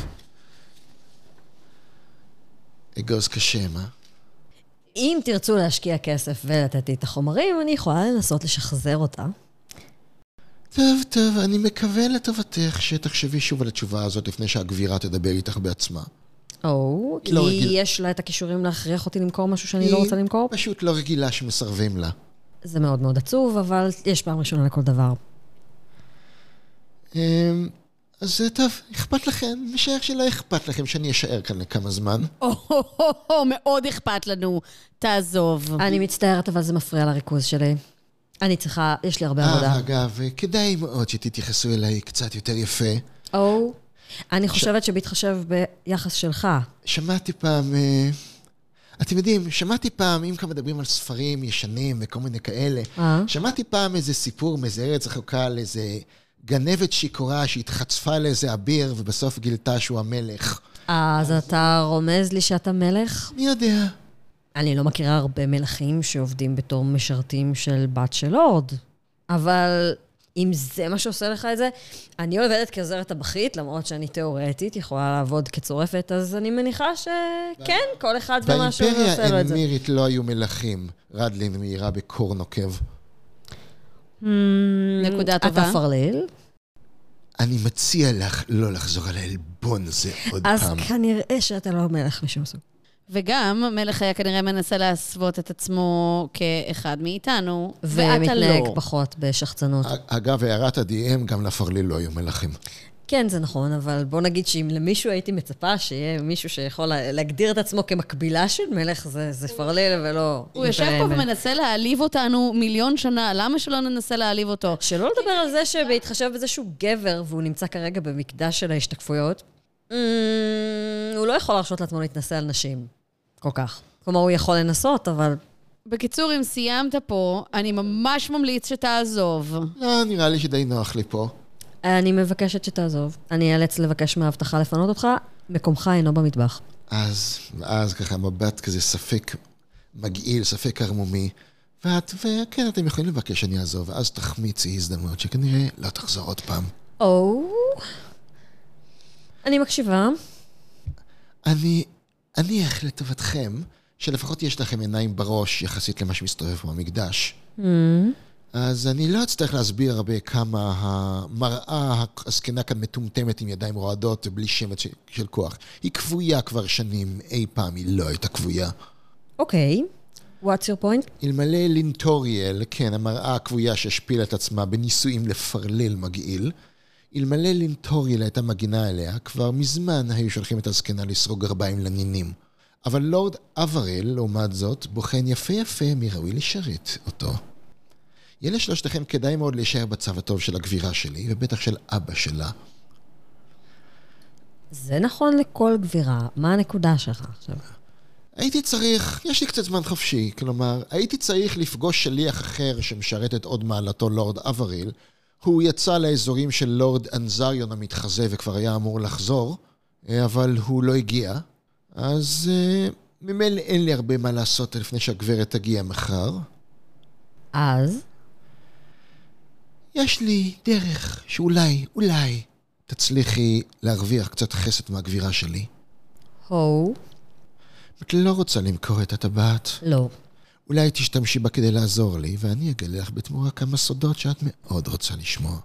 אגוז קשה, מה? אם תרצו להשקיע כסף ולתת לי את החומרים, אני יכולה לנסות לשחזר אותה. טוב, אני מקווה לטובתך שתחשבי שוב על התשובה הזאת לפני שהגבירה תדבר איתך בעצמה. כי יש לה את הכישורים להכריח אותי למכור משהו שאני לא רוצה למכור? היא פשוט לא רגילה שמסרבים לה. זה מאוד מאוד עצוב, אבל יש פעם ראשונה לכל דבר. אז טוב, אכפת לכם, משער שלא אכפת לכם שאני אשאר כאן לכמה זמן. מאוד אכפת לנו, תעזוב. אני מצטערת, אבל זה מפריע לריכוז שלי. אני צריכה, יש לי הרבה עבודה. אגב, כדאי מאוד שתתייחסו אליי קצת יותר יפה. אני חושבת שבהתחשב ביחס שלך. שמעתי פעם, אתם יודעים, שמעתי פעם, אם כבר מדברים על ספרים ישנים וכל מיני כאלה, שמעתי פעם איזה סיפור מאיזה ארץ רחוקה על איזה גנבת שיכורה שהתחצפה לאיזה אביר ובסוף גילתה שהוא המלך. אז אתה רומז לי שאתה מלך? אני יודע. אני לא מכירה הרבה מלכים שעובדים בתור משרתים של בת של לורד, אבל אם זה מה שעושה לך את זה, אני עובדת כעוזרת טבחית, למרות שאני תיאורטית יכולה לעבוד כצורפת, אז אני מניחה שכן, כל אחד ומה שהוא עושה לו את זה. באימפריה האמירית לא היו מלכים, רדלין מאירה בקור נוקב. נקודה טובה. אתה פרליל? אני מציע לך לא לחזור על העלבון הזה עוד פעם. אז כנראה שאתה לא מלך משום סוג. וגם מלך היה כנראה מנסה להסוות את עצמו כאחד מאיתנו, ואתה ומתנהג לא. פחות בשחצנות. אגב, הערת ה-DM, גם לפרליל לא היו מלכים. כן, זה נכון, אבל בוא נגיד שאם למישהו הייתי מצפה שיהיה מישהו שיכול להגדיר את עצמו כמקבילה של מלך, זה פרליל ולא... הוא יושב פה ומנסה להעליב אותנו 1,000,000 שנה, למה שלא ננסה להעליב אותו? שלא לדבר על זה שבהתחשב בזה שהוא גבר, והוא נמצא כרגע במקדש של ההשתקפויות, הוא לא יכול להרשות לעצמו להתנסה על נשים. כל כך. כלומר, הוא יכול לנסות, אבל... בקיצור, אם סיימת פה, אני ממש ממליץ שתעזוב. לא, נראה לי שדי נוח לי פה. אני מבקשת שתעזוב. אני אאלץ לבקש מההבטחה לפנות אותך, מקומך אינו במטבח. ואז ככה מבט כזה ספק מגעיל, ספק הרמומי, וכן, אתם יכולים לבקש שאני אעזוב, ואז תחמיצי הזדמנות שכנראה לא תחזור עוד פעם. אני מקשיבה. אני איך לטובתכם, שלפחות יש לכם עיניים בראש יחסית למה שמסתובב במקדש. אז אני לא אצטרך להסביר הרבה כמה המראה הזקנה כאן מטומטמת עם ידיים רועדות ובלי שמץ של כוח. היא כבויה כבר שנים, אי פעם היא לא הייתה כבויה. אוקיי, what's your point? אלמלא לינטוריאל, כן, המראה הכבויה שהשפילה את עצמה בניסויים לפרליל מגעיל, אלמלא לינטוריאל הייתה מגינה אליה, כבר מזמן היו שולחים את הזקנה לסרוג גרביים לנינים. אבל לורד אבריל, לעומת זאת, בוחן יפה יפה מי ראוי לשרת אותו. יהיה לשלושתכם כדאי מאוד להישאר בצו הטוב של הגבירה שלי, ובטח של אבא שלה. זה נכון לכל גבירה. מה הנקודה שלך עכשיו? הייתי צריך, יש לי קצת זמן חופשי, כלומר, הייתי צריך לפגוש שליח אחר שמשרת את עוד מעלתו לורד אבריל. הוא יצא לאזורים של לורד אנזריון המתחזה וכבר היה אמור לחזור, אבל הוא לא הגיע. אז ממילא אין לי הרבה מה לעשות לפני שהגברת תגיע מחר. אז? יש לי דרך שאולי תצליחי להרוויח קצת חסד מהגבירה שלי. את לא רוצה למכור את הטבעת? לא. אולי תשתמשי בה כדי לעזור לי, ואני אגלה לך בתמורה כמה סודות שאת מאוד רוצה לשמוע.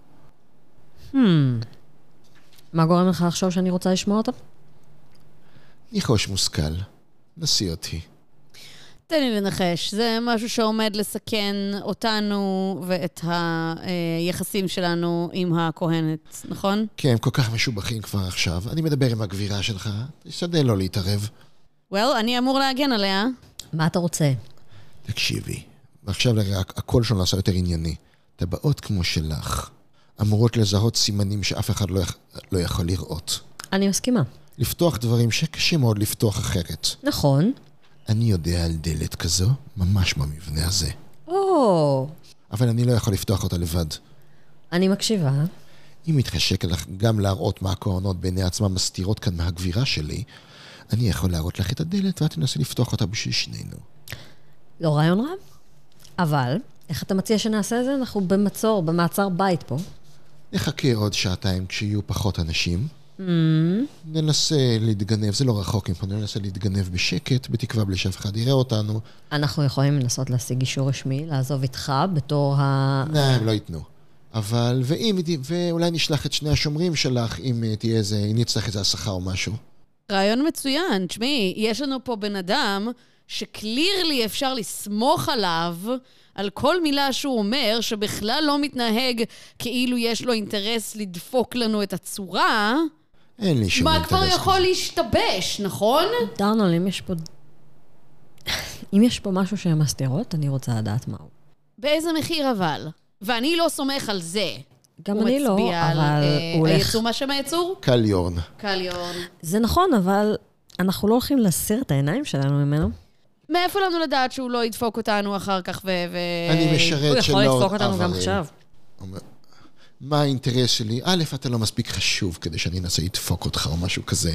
מה גורם לך לחשוב שאני רוצה לשמוע אותה? ניחוש מושכל. נסי אותי. תן לי לנחש, זה משהו שעומד לסכן אותנו ואת היחסים שלנו עם הכהנת, נכון? כן, הם כל כך משובחים כבר עכשיו. אני מדבר עם הגבירה שלך, תשתדל לא להתערב. אני אמור להגן עליה. מה אתה רוצה? תקשיבי, ועכשיו הכל שלנו נעשה יותר ענייני. טבעות כמו שלך אמורות לזהות סימנים שאף אחד לא יכול לראות. אני מסכימה. לפתוח דברים שקשה מאוד לפתוח אחרת. נכון. אני יודע על דלת כזו, ממש במבנה הזה. אבל אני לא יכול לפתוח אותה לבד. אני מקשיבה. אם מתחשק לך גם להראות מה הכהנות בעיני עצמה מסתירות כאן מהגבירה שלי, אני יכול להראות לך את הדלת ואת תנסה לפתוח אותה בשביל שנינו. לא רעיון רע. אבל, איך אתה מציע שנעשה את זה? אנחנו במעצר בית פה. נחכה עוד שעתיים כשיהיו פחות אנשים. ננסה להתגנב, זה לא רחוק מפה, ננסה להתגנב בשקט, בתקווה בלי שאף אחד יראה אותנו. אנחנו יכולים לנסות להשיג אישור רשמי, לעזוב איתך בתור הם לא ייתנו. אבל, ואולי נשלח את שני השומרים שלך, אם תהיה איזה, אם נצטרך איזה השכה או משהו. רעיון מצוין. תשמעי, יש לנו פה בן אדם שקלירלי אפשר לסמוך עליו, על כל מילה שהוא אומר, שבכלל לא מתנהג כאילו יש לו אינטרס לדפוק לנו את הצורה, אין לי שום מה אינטרס. כבר יכול להשתבש, נכון? דרנול, אם יש פה משהו שהן מסתירות, אני רוצה לדעת מהו. באיזה מחיר אבל? ואני לא סומך על זה. גם אני לא, הוא מצביע על אבל הוא הולך... היצור, מה שם היצור? קליורן. קליורן. זה נכון, אבל אנחנו לא הולכים להסיר את העיניים שלנו ממנו. מאיפה לנו לדעת שהוא לא ידפוק אותנו אחר כך אני משרת הוא שלא... יכול לדפוק אותנו גם עכשיו. מה האינטרס שלי? א', אתה לא מספיק חשוב כדי שאני אנסה לדפוק אותך או משהו כזה.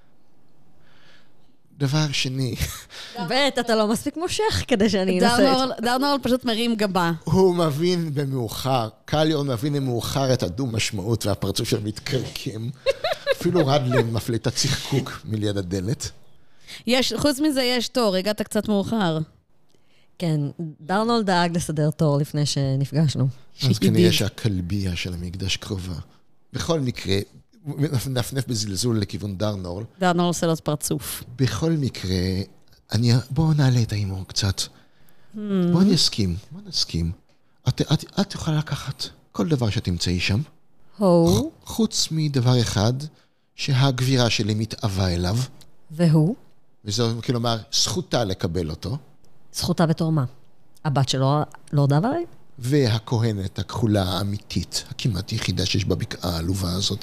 דבר שני... ב', אתה לא מספיק מושך כדי שאני אנסה את... דרנול פשוט מרים גבה. הוא מבין במאוחר, קליורן מבין במאוחר את הדו משמעות והפרצוף שלו מתקרקם. אפילו רדלין מפלה את הצחקוק מליד הדלת. חוץ מזה יש תור, הגעת קצת מאוחר. כן, דרנול דאג לסדר תור לפני שנפגשנו. אז כנראה שהכלבייה של המקדש קרובה. בכל מקרה, נפנף בזלזול לכיוון דרנול. דרנול עושה לו פרצוף. בכל מקרה, בואו נעלה את האימור קצת. בואו נסכים. את יכולה לקחת כל דבר שתמצאי שם. חוץ מדבר אחד, שהגבירה שלי מתאווה אליו. והוא? וזה כלומר, זכותה לקבל אותו. זכותה בתור מה? הבת שלו לא דברי? והכהנת הכחולה האמיתית, הכמעט יחידה שיש בבקעה העלובה הזאת.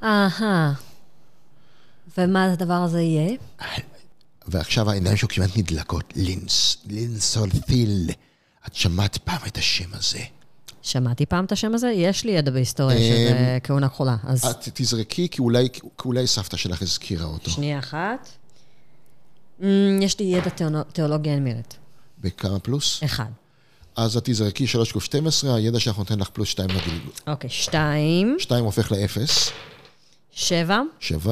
ומה הדבר הזה יהיה? ועכשיו העיניים שלו כמעט נדלקות. לינסולתיל. את שמעת פעם את השם הזה? שמעתי פעם את השם הזה? יש לי ידע בהיסטוריה של כהונה כחולה. את תזרקי, כי אולי סבתא שלך הזכירה אותו. שנייה אחת. יש לי ידע תיאולוגיה אנמירית. בכמה פלוס? 1. אז את תזרקי 3+12, הידע שאנחנו נותן לך פלוס 2 נגיד. אוקיי, 2. 2 הופך ל-0. 7. 7.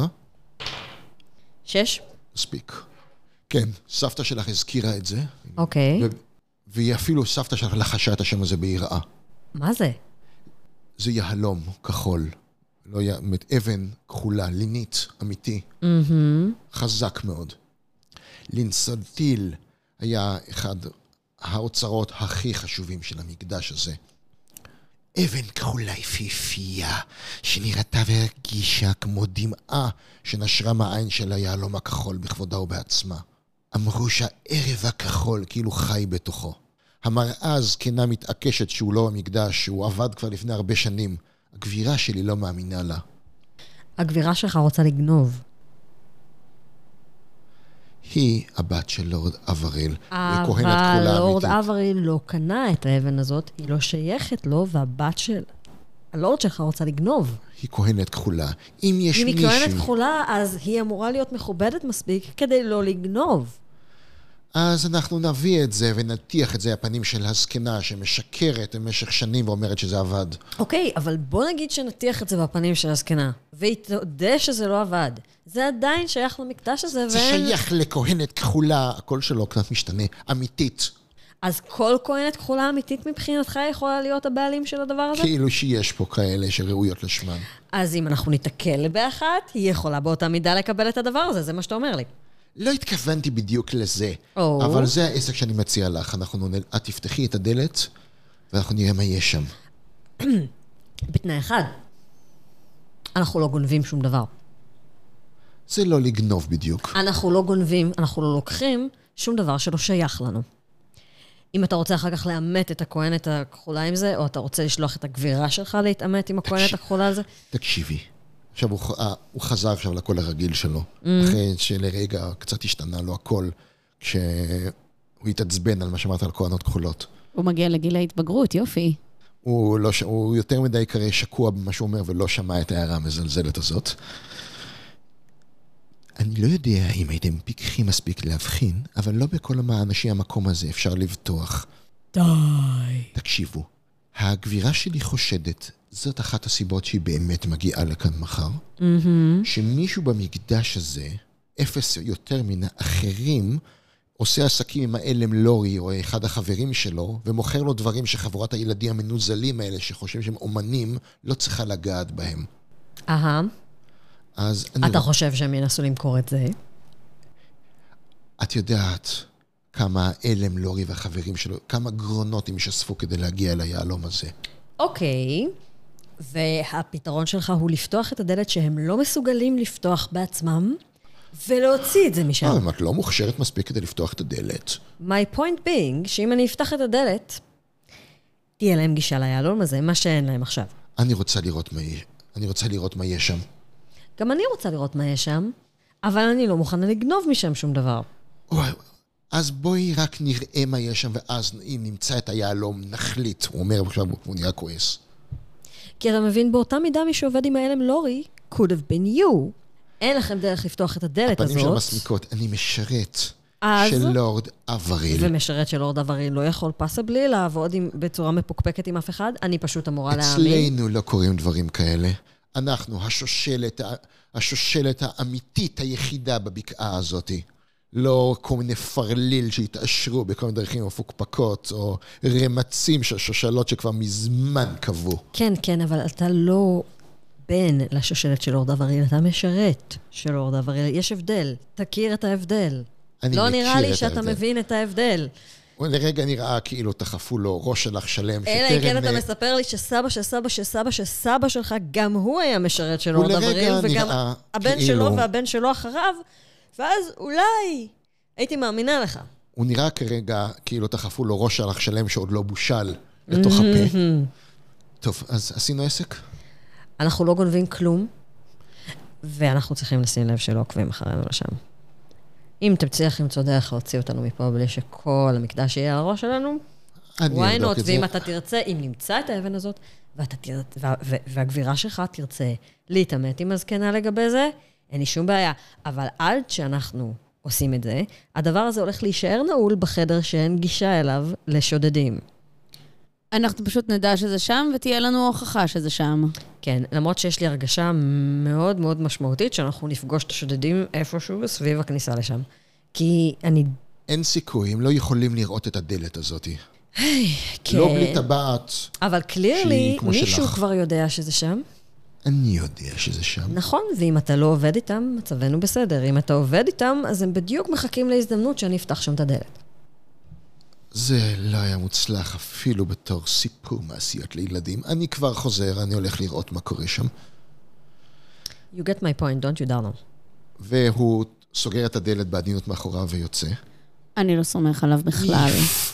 6. מספיק. כן, סבתא שלך הזכירה את זה. אוקיי. והיא אפילו סבתא שלך לחשה את השם הזה ביראה. מה זה? זה יהלום, כחול. לא אבן כחולה, לינית, אמיתי. חזק מאוד. לינסולתיל היה אחד האוצרות הכי חשובים של המקדש הזה. אבן כחולה יפיפייה, שנראתה והרגישה כמו דמעה שנשרה מהעין של היהלום הכחול בכבודה ובעצמה. אמרו שהערב הכחול כאילו חי בתוכו. המראה הזקנה מתעקשת שהוא לא המקדש, שהוא עבד כבר לפני הרבה שנים. הגבירה שלי לא מאמינה לה. הגבירה שלך רוצה לגנוב. היא הבת של לורד אבריל. אבל לורד אבריל לא קנה את האבן הזאת, היא לא שייכת לו, והבת של הלורד שלך רוצה לגנוב. היא כהנת כחולה. אם יש מישהו... אם היא כהנת כחולה, אז היא אמורה להיות מכובדת מספיק כדי לא לגנוב. אז אנחנו נביא את זה ונטיח את זה הפנים של הזקנה שמשקרת במשך שנים ואומרת שזה עבד. אוקיי, אבל בוא נגיד שנטיח את זה בפנים של הזקנה, והיא תודה שזה לא עבד. זה עדיין שייך למקדש הזה, זה שייך לכהנת כחולה, הקול שלו קצת משתנה, אמיתית. אז כל כהנת כחולה אמיתית מבחינתך יכולה להיות הבעלים של הדבר הזה? כאילו שיש פה כאלה שראויות לשמן. אז אם אנחנו ניתקל באחת, היא יכולה באותה מידה לקבל את הדבר הזה, זה מה שאתה אומר לי. לא התכוונתי בדיוק לזה, אבל זה העסק שאני מציע לך. את תפתחי את הדלת, ואנחנו נראה מה יש שם. בתנאי אחד, אנחנו לא גונבים שום דבר. זה לא לגנוב בדיוק. אנחנו לא גונבים, אנחנו לא לוקחים שום דבר שלא שייך לנו. אם אתה רוצה אחר כך לאמת את הכהנת הכחולה עם זה, או אתה רוצה לשלוח את הגבירה שלך להתאמת עם הכהנת הכחולה הזה. תקשיבי. עכשיו הוא חזר עכשיו לכל הרגיל שלו. אחרי שלרגע קצת השתנה לו הכל, כשהוא התעצבן על מה שאמרת על כהנות כחולות. הוא מגיע לגיל ההתבגרות, יופי. הוא יותר מדי קרא שקוע במה שהוא אומר, ולא שמע את ההערה המזלזלת הזאת. אני לא יודע אם הייתם פיקחים מספיק להבחין, אבל לא בכל האנשים המקום הזה אפשר לבטוח. די. תקשיבו, הגבירה שלי חושדת, זאת אחת הסיבות שהיא באמת מגיעה לכאן מחר, שמישהו במקדש הזה, אפס יותר מן האחרים, עושה עסקים עם האלם לורי או אחד החברים שלו, ומוכר לו דברים שחבורת הילדים המנוזלים האלה, שחושבים שהם אומנים, לא צריכה לגעת בהם. אתה חושב שהם ינסו למכור את זה? את יודעת, כמה אלם לורי והחברים שלו, כמה גרונות הם ישספו כדי להגיע אל היהלום הזה. אוקיי, והפתרון שלך הוא לפתוח את הדלת שהם לא מסוגלים לפתוח בעצמם, ולהוציא את זה משם. אם את לא מוכשרת מספיק כדי לפתוח את הדלת. My point being, שאם אני אפתח את הדלת, תהיה להם גישה ליהלום הזה, מה שאין להם עכשיו. אני רוצה לראות מה יש שם. גם אני רוצה לראות מה יש שם, אבל אני לא מוכנה לגנוב משם שום דבר. אז בואי רק נראה מה יש שם, ואז אם נמצא את היהלום, נחליט. הוא אומר עכשיו, הוא נראה כועס. כי אתה מבין, באותה מידה מי שעובד עם האלם לורי, could have been you. אין לכם דרך לפתוח את הדלת הזאת. הפנים של מסמיקות, אני משרת של לורד אבריל. ומשרת של לורד אבריל לא יכול פסבלי לעבוד בצורה מפוקפקת עם אף אחד, אני פשוט אמורה להאמין. אצלנו לא קוראים דברים כאלה. אנחנו השושלת האמיתית היחידה בבקעה הזאת. לא כל מיני פרליל שהתעשרו בכל מיני דרכים מפוקפקות, או רמצים של שושלות שכבר מזמן קבעו. כן, כן, אבל אתה לא בן לשושלת של לורד אבריל, אתה משרת של לורד אבריל. יש הבדל, תכיר את ההבדל. לא נראה לי שאתה מבין את ההבדל. לרגע נראה כאילו תחפו לו ראש שלך שלם. אלא אם כן אתה מספר לי שסבא של סבא של סבא של סבא שלך, גם הוא היה משרת של לורד אבריל, וגם הבן שלו והבן שלו אחריו, ואז אולי הייתי מאמינה לך. הוא נראה כרגע כאילו תחפו לו ראש שלך שלם שעוד לא בושל לתוך הפה. טוב, אז עשינו עסק? אנחנו לא גונבים כלום, ואנחנו צריכים לשים לב שלא עוקבים אחרינו לשם. אם תצליח למצוא דרך להוציא אותנו מפה בלי שכל המקדש יהיה על הראש שלנו, why not? ואם אתה תרצה, אם נמצא את האבן הזאת, והגבירה שלך תרצה להתאמת עם הזקנה לגבי זה, אין לי שום בעיה. אבל עד שאנחנו עושים את זה, הדבר הזה הולך להישאר נעול בחדר שאין גישה אליו לשודדים. אנחנו פשוט נדע שזה שם, ותהיה לנו הוכחה שזה שם. כן, למרות שיש לי הרגשה מאוד מאוד משמעותית, שאנחנו נפגוש את השודדים איפשהו סביב הכניסה לשם. כי אני... אין סיכוי, הם לא יכולים לראות את הדלת הזאת. כן. לא בלי טבעת. אבל קלירלי, מישהו כבר יודע שזה שם. אני יודע שזה שם. נכון, ואם אתה לא עובד איתם, מצבנו בסדר. אם אתה עובד איתם, אז הם בדיוק מחכים להזדמנות שאני אפתח שם את הדלת. זה לא היה מוצלח אפילו בתור סיפור מעשיות לילדים. אני כבר חוזר, אני הולך לראות מה קורה שם. You get my point, don't you, Darnell? והוא סוגר את הדלת בעדינות מאחוריו ויוצא. אני לא סומך עליו בכלל.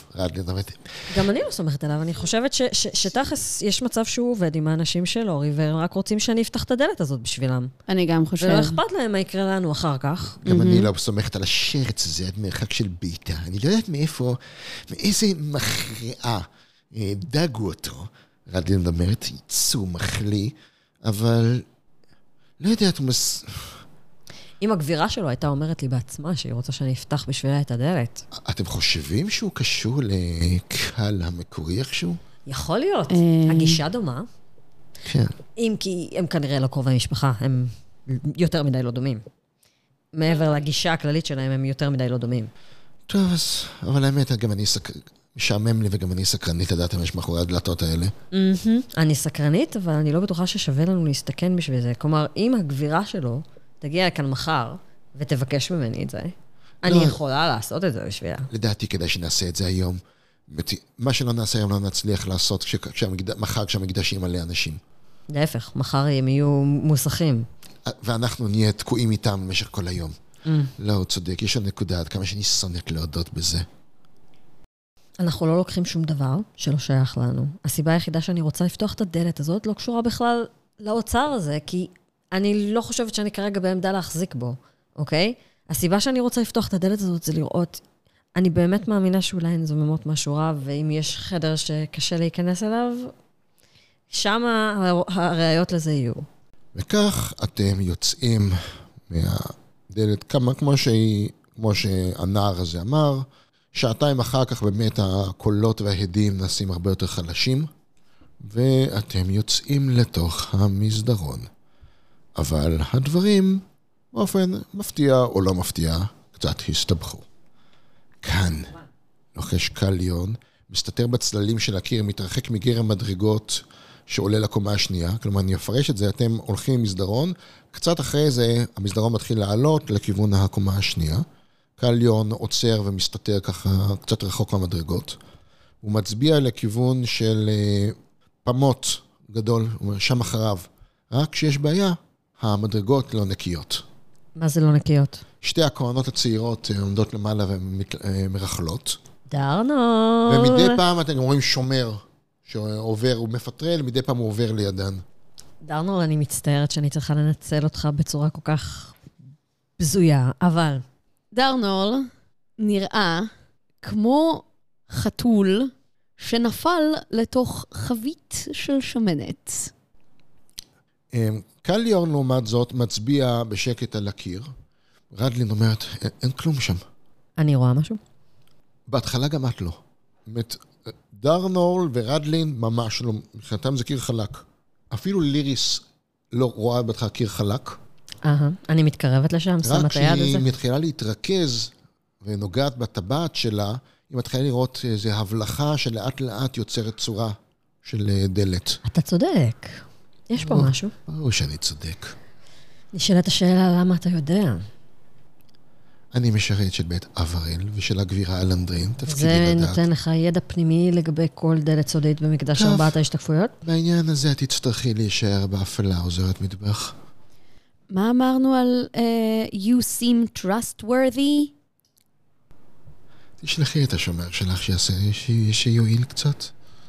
גם אני לא סומכת עליו, אני חושבת שתכלס יש מצב שהוא עובד עם האנשים של אורי, והם רק רוצים שאני אפתח את הדלת הזאת בשבילם. אני גם חושב. ולא אכפת להם מה יקרה לנו אחר כך. גם אני לא סומכת על השרץ הזה, עד מרחק של ביתה. אני לא יודעת מאיפה, מאיזה מכריעה דגו אותו. רדלי מדברת, ייצור מחלי, אבל לא יודעת, אם הגבירה שלו הייתה אומרת לי בעצמה שהיא רוצה שאני אפתח בשבילה את הדלת. אתם חושבים שהוא קשור לקהל המקורי איכשהו? יכול להיות. הגישה דומה. כן. אם כי הם כנראה לא קרובי משפחה, הם יותר מדי לא דומים. מעבר לגישה הכללית שלהם, הם יותר מדי לא דומים. טוב, אבל האמת, גם אני משעמם לי וגם אני סקרנית לדעת אם יש מאחורי הדלתות האלה. אני סקרנית, אבל אני לא בטוחה ששווה לנו להסתכן בשביל זה. כלומר, אם הגבירה שלו תגיע לכאן מחר ותבקש ממני את זה, אני יכולה לעשות את זה בשבילה. לדעתי כדאי שנעשה את זה היום. מה שלא נעשה היום לא נצליח לעשות מחר כשהמקדשים מלא אנשים. להפך, מחר הם יהיו מוסכים. ואנחנו נהיה תקועים איתם במשך כל היום. לא, הוא צודק, יש עוד נקודה עד כמה שאני שונאת להודות בזה. אנחנו לא לוקחים שום דבר שלא שייך לנו. הסיבה היחידה שאני רוצה לפתוח את הדלת הזאת לא קשורה בכלל לאוצר הזה, כי אני לא חושבת שאני כרגע בעמדה להחזיק בו, אוקיי? הסיבה שאני רוצה לפתוח את הדלת הזאת זה לראות, אני באמת מאמינה שאולי הן זוממות משהו רע, ואם יש חדר שקשה להיכנס אליו, שם הראיות לזה יהיו. וכך אתם יוצאים מהדלת, כמו שהנער הזה אמר, שעתיים אחר כך באמת הקולות וההדים נעשים הרבה יותר חלשים, ואתם יוצאים לתוך המסדרון. אבל הדברים, באופן מפתיע או לא מפתיע, קצת הסתבכו. כאן, לוחש קליון, מסתתר בצללים של הקיר, מתרחק מגר המדרגות שעולה לקומה השנייה. כלומר, אני אפרש את זה, אתם הולכים מסדרון, קצת אחרי זה המסדרון מתחיל לעלות לכיוון הקומה השנייה. קליון עוצר ומסתתר ככה קצת רחוק מהמדרגות. הוא מצביע לכיוון של פמות גדול, הוא אומר, שם אחריו. רק כשיש בעיה, המדרגות לא נקיות. מה זה לא נקיות? שתי הכהנות הצעירות עומדות למעלה ומרחלות. דרנול. ומדי פעם אתם רואים שומר שעובר, הוא מפטרל, מדי פעם הוא עובר לידן. דרנול, אני מצטערת שאני צריכה לנצל אותך בצורה כל כך בזויה, אבל... דרנול נראה כמו חתול שנפל לתוך חבית של שמנת. קליון לעומת זאת מצביע בשקט על הקיר. רדלין אומרת, אין כלום שם. אני רואה משהו? בהתחלה גם את לא. דרנול ורדלין ממש לא, מבחינתם זה קיר חלק. אפילו ליריס לא רואה בהתחלה קיר חלק. אני מתקרבת לשם, שמה את היד הזה. רק כשהיא מתחילה להתרכז ונוגעת בטבעת שלה, היא מתחילה לראות איזו הבלחה שלאט לאט יוצרת צורה של דלת. אתה צודק. יש פה משהו. ברור שאני צודק. נשאלת השאלה למה אתה יודע. אני משרת של בית אברל ושל הגבירה אלנדרין, תפקידי זה לדעת. נותן לך ידע פנימי לגבי כל דלת סודית במקדש ארבעת ההשתקפויות? בעניין הזה את תצטרכי להישאר באפלה, עוזרת מטבח. מה אמרנו על you seem trustworthy? תשלחי את השומר שלך שיועיל קצת.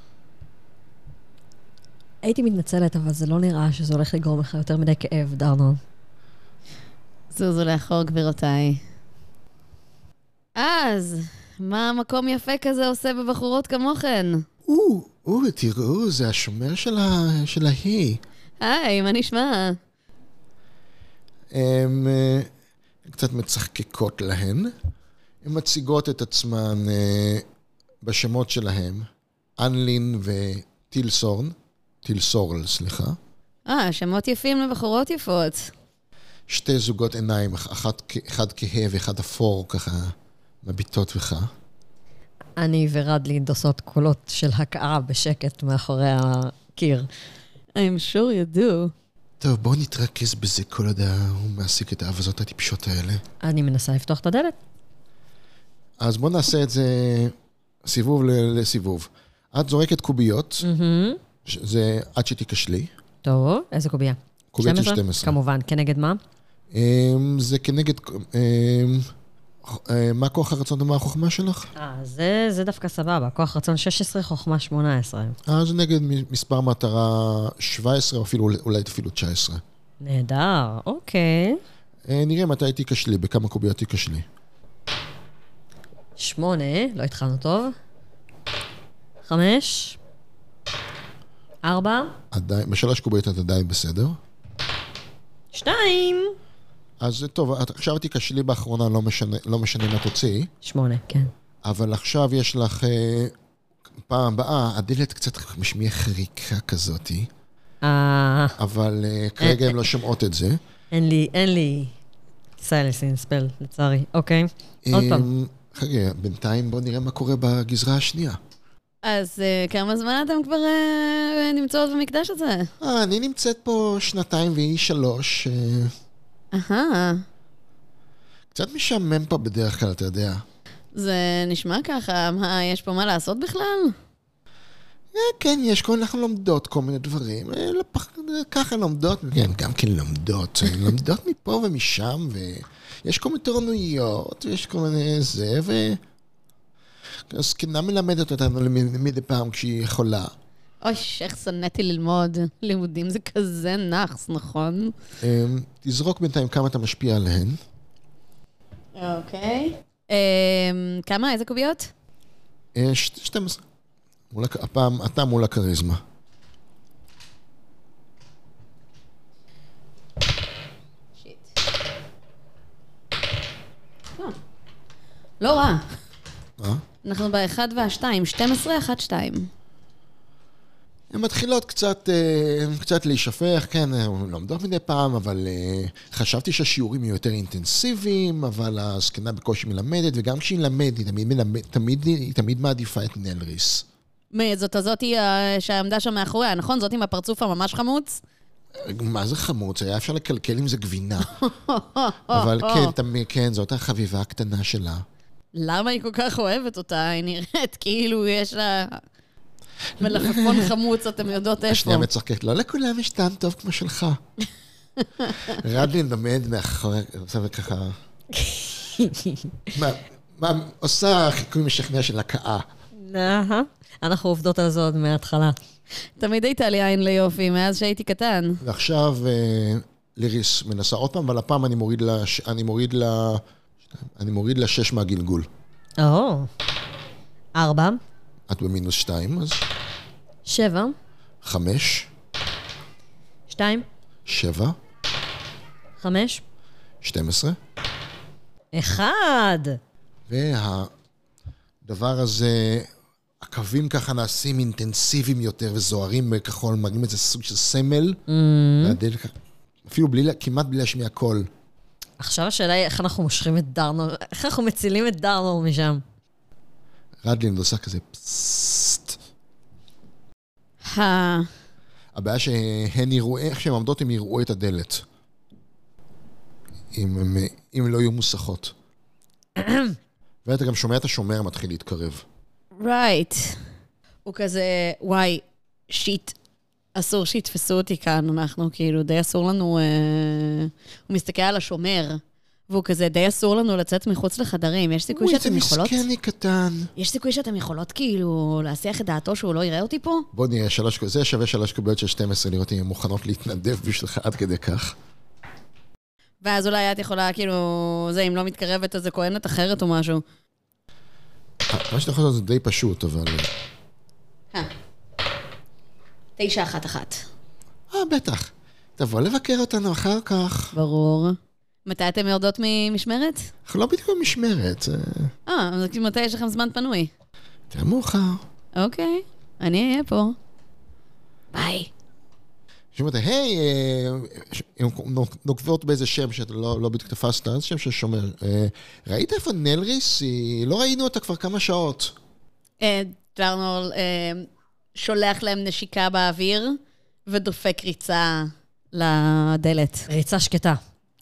הייתי מתנצלת, אבל זה לא נראה שזה הולך לגרום לך יותר מדי כאב, דרנול. זוזו לאחור, גבירותיי. אז, מה המקום יפה כזה עושה בבחורות כמוכן? תראו, זה השומר של ההיא. היי, מה נשמע? הן קצת מצחקקות להן. הן מציגות את עצמן בשמות שלהם. אנלין וטילסורל, סליחה. שמות יפים לבחורות יפות. שתי זוגות עיניים, אחד כהה ואחד אפור, ככה מביטות בך. אני ורדלין עושות קולות של הקעה בשקט מאחורי הקיר. I'm sure you do. טוב, בואו נתרכז בזה כל עוד הוא מעסיק את האבזות הטיפשות האלה. אני מנסה לפתוח את הדלת. אז בואו נעשה את זה סיבוב לסיבוב. את זורקת קוביות, זה עד שתיכשלי. טוב, איזה קובייה? קוביות של 12. כמובן, כנגד מה? זה כנגד... מה כוח הרצון ומה החוכמה שלך? זה דווקא סבבה. כוח רצון 16, חוכמה 18. זה נגד מספר מטרה 17, או אולי אפילו 19. נהדר, אוקיי. נראה מתי תיכשלי, בכמה קוביות תיכשלי. 8, לא התחלנו טוב. 5. 4. בשלוש קוביות את עדיין בסדר. 2. אז טוב, עכשיו תיכשלי באחרונה, לא משנה מה תוציא. 8, כן. אבל עכשיו יש לך, פעם הבאה, הדלת קצת משמיעה חריקה כזאת. אבל כרגע הן לא שומעות את זה. אין לי סיילנסינג ספל, לצערי. אוקיי, עוד פעם. חכה, בינתיים בואו נראה מה קורה בגזרה השנייה. אז כמה זמן אתם כבר נמצאות במקדש הזה? אני נמצאת פה 2 והיא 3. קצת משעמם פה בדרך כלל, אתה יודע. זה נשמע ככה, יש פה מה לעשות בכלל? כן, אנחנו לומדות כל מיני דברים. ככה לומדות, כן, גם כן לומדות. לומדות מפה ומשם, ויש כל מיני תורנויות, ויש כל מיני זה, הזקנה מלמדת אותנו מדי פעם כשהיא יכולה. אוי, איך שנאתי ללמוד. לימודים זה כזה נחס, נכון? תזרוק בינתיים כמה אתה משפיע עליהן. אוקיי. כמה? איזה קוביות? 12. הפעם אתה מול הקריזמה. שיט. לא רע. מה? אנחנו ב-1 וה-2, 12, 1, 2. הן מתחילות קצת להישפך, כן, לומדות מדי פעם, אבל חשבתי שהשיעורים יהיו יותר אינטנסיביים, אבל הזקנה בקושי מלמדת, וגם כשהיא מלמדת, היא תמיד מעדיפה את נלריס. זאת הזאתי שעמדה שם מאחוריה, נכון? זאת עם הפרצוף הממש חמוץ? מה זה חמוץ? היה אפשר לקלקל עם זה גבינה. אבל כן, זאת החביבה הקטנה שלה. למה היא כל כך אוהבת אותה? היא נראית כאילו יש לה מלפפון חמוץ, אתם יודעות איפה. השנייה מצחקת, לא לכולם יש טעם טוב כמו שלך. רדלין עומד מאחורי, וככה... מה עושה חיקוי משכנע של הקאה? אנחנו עובדות על זה עוד מההתחלה. תמיד הייתה לי עין ליופי, מאז שהייתי קטן. ועכשיו ליריס מנסה עוד פעם, אבל הפעם אני מוריד לה 6 מהגלגול. 4. את במינוס 2, אז... 7. 5. 2. 7. 5. 12. 1. והדבר הזה, הקווים ככה נעשים אינטנסיביים יותר וזוהרים בכחול, מראים איזה סוג של סמל, אפילו כמעט בלי להשמיע קול. עכשיו השאלה היא איך אנחנו מושכים את דארנול, איך אנחנו מצילים את דארנול משם. רדלין עושה כזה פססט. הבעיה שהן יראו, איך שהן עמדות, הם יראו את הדלת. אם לא יהיו מוסכות. ואתה גם שומע את השומר מתחיל להתקרב. Right. הוא כזה, וואי, שיט. אסור שיתפסו אותי כאן, אנחנו כאילו, די אסור לנו, הוא מסתכל על השומר, והוא כזה, די אסור לנו לצאת מחוץ לחדרים. יש סיכוי שאתם יכולות... זה מסכני קטן. יש סיכוי שאתם יכולות כאילו להסיח את דעתו שהוא לא יראה אותי פה? בוא נראה, זה שווה 3 קוביות של 12, לראות אם הן מוכנות להתנדב בשבילך עד כדי כך. ואז אולי את יכולה, כאילו, זה, אם לא מתקרבת, אז זה כהנת אחרת או משהו. מה שאתה יכול לעשות זה די פשוט, אבל... 9-1-1. בטח. תבוא לבקר אותנו אחר כך. ברור. מתי אתם יורדות ממשמרת? אנחנו לא בדיוק במשמרת. אז מתי יש לכם זמן פנוי? יותר מאוחר. אוקיי, אני אהיה פה. ביי. שאומרת, היי, נוקבות באיזה שם שאתה לא בדיוק תפסת, זה שם ששומר. ראית איפה נלריס? לא ראינו אותה כבר כמה שעות. דארנול שולח להם נשיקה באוויר, ודופק ריצה לדלת. ריצה שקטה.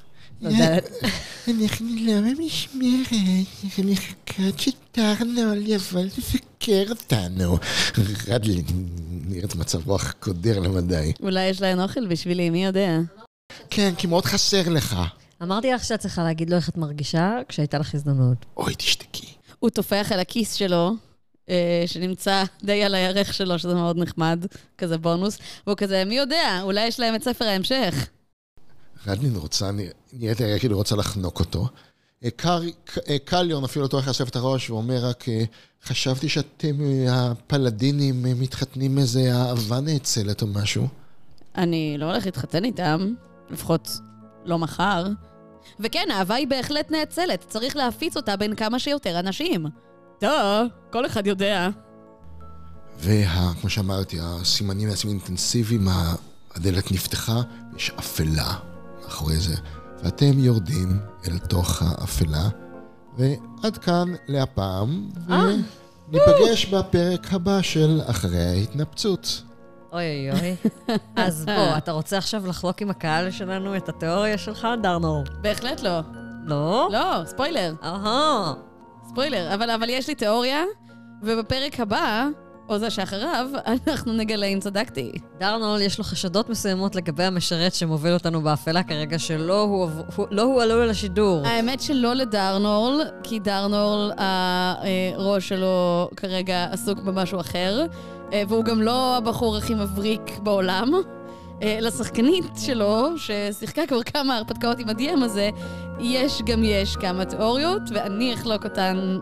אנחנו לא במשמרת, אנחנו מחכות שדארנול יבוא לבקר אותנו. רדלין, נראית מצב רוח קודר למדי. אולי יש להן אוכל בשבילי, מי יודע? כן, כי מאוד חסר לך. אמרתי לך שאת צריכה להגיד לו איך את מרגישה כשהייתה לך הזדמנות. אוי, תשתקי. הוא תופח על הכיס שלו, שנמצא די על הירך שלו, שזה מאוד נחמד, כזה בונוס, והוא כזה, מי יודע, אולי יש להם את ספר ההמשך. רדלין נראית כאילו רוצה לחנוק אותו. קליון אפילו אותו חשף את הראש, ואומר רק, חשבתי שאתם הפלדינים מתחתנים איזה אהבה נאצלת או משהו. אני לא הולך להתחתן איתם, לפחות לא מחר. וכן, האהבה היא בהחלט נאצלת, צריך להפיץ אותה בין כמה שיותר אנשים. כל אחד יודע. וכמו שאמרתי, הסימנים נעשים אינטנסיביים, הדלת נפתחה, יש אפלה אחרי זה, ואתם יורדים אל תוך האפלה, ועד כאן להפעם, וניפגש בפרק הבא של אחרי ההתנפצות. אוי אוי אוי. אז בוא, אתה רוצה עכשיו לחלוק עם הקהל שלנו את התיאוריה שלך, דארנול? בהחלט לא. לא? לא, ספוילר. ספוילר, אבל יש לי תיאוריה, ובפרק הבא, או זה שאחריו, אנחנו נגלה אם צדקתי. דארנול יש לו חשדות מסוימות לגבי המשרת שמוביל אותנו באפלה כרגע, שלא הוא עלול לשידור. האמת שלא לדארנול, כי דארנול, הראש שלו כרגע עסוק במשהו אחר, והוא גם לא הבחור הכי מבריק בעולם. לשחקנית שלו, ששיחקה כבר כמה הרפתקאות עם הדי.אם הזה, יש כמה תיאוריות, ואני אחלוק אותן...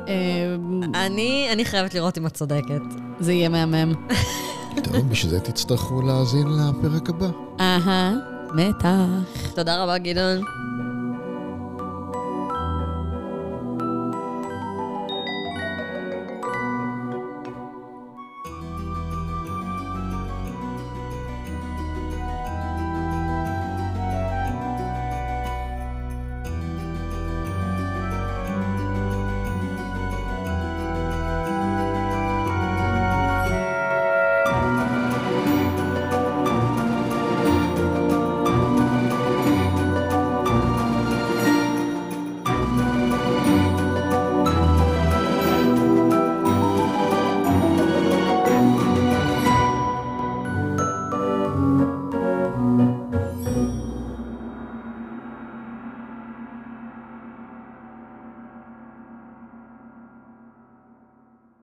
אני חייבת לראות אם את צודקת. זה יהיה מהמם. טוב, בשביל זה תצטרכו להאזין לפרק הבא. מתח. תודה רבה, גדעון.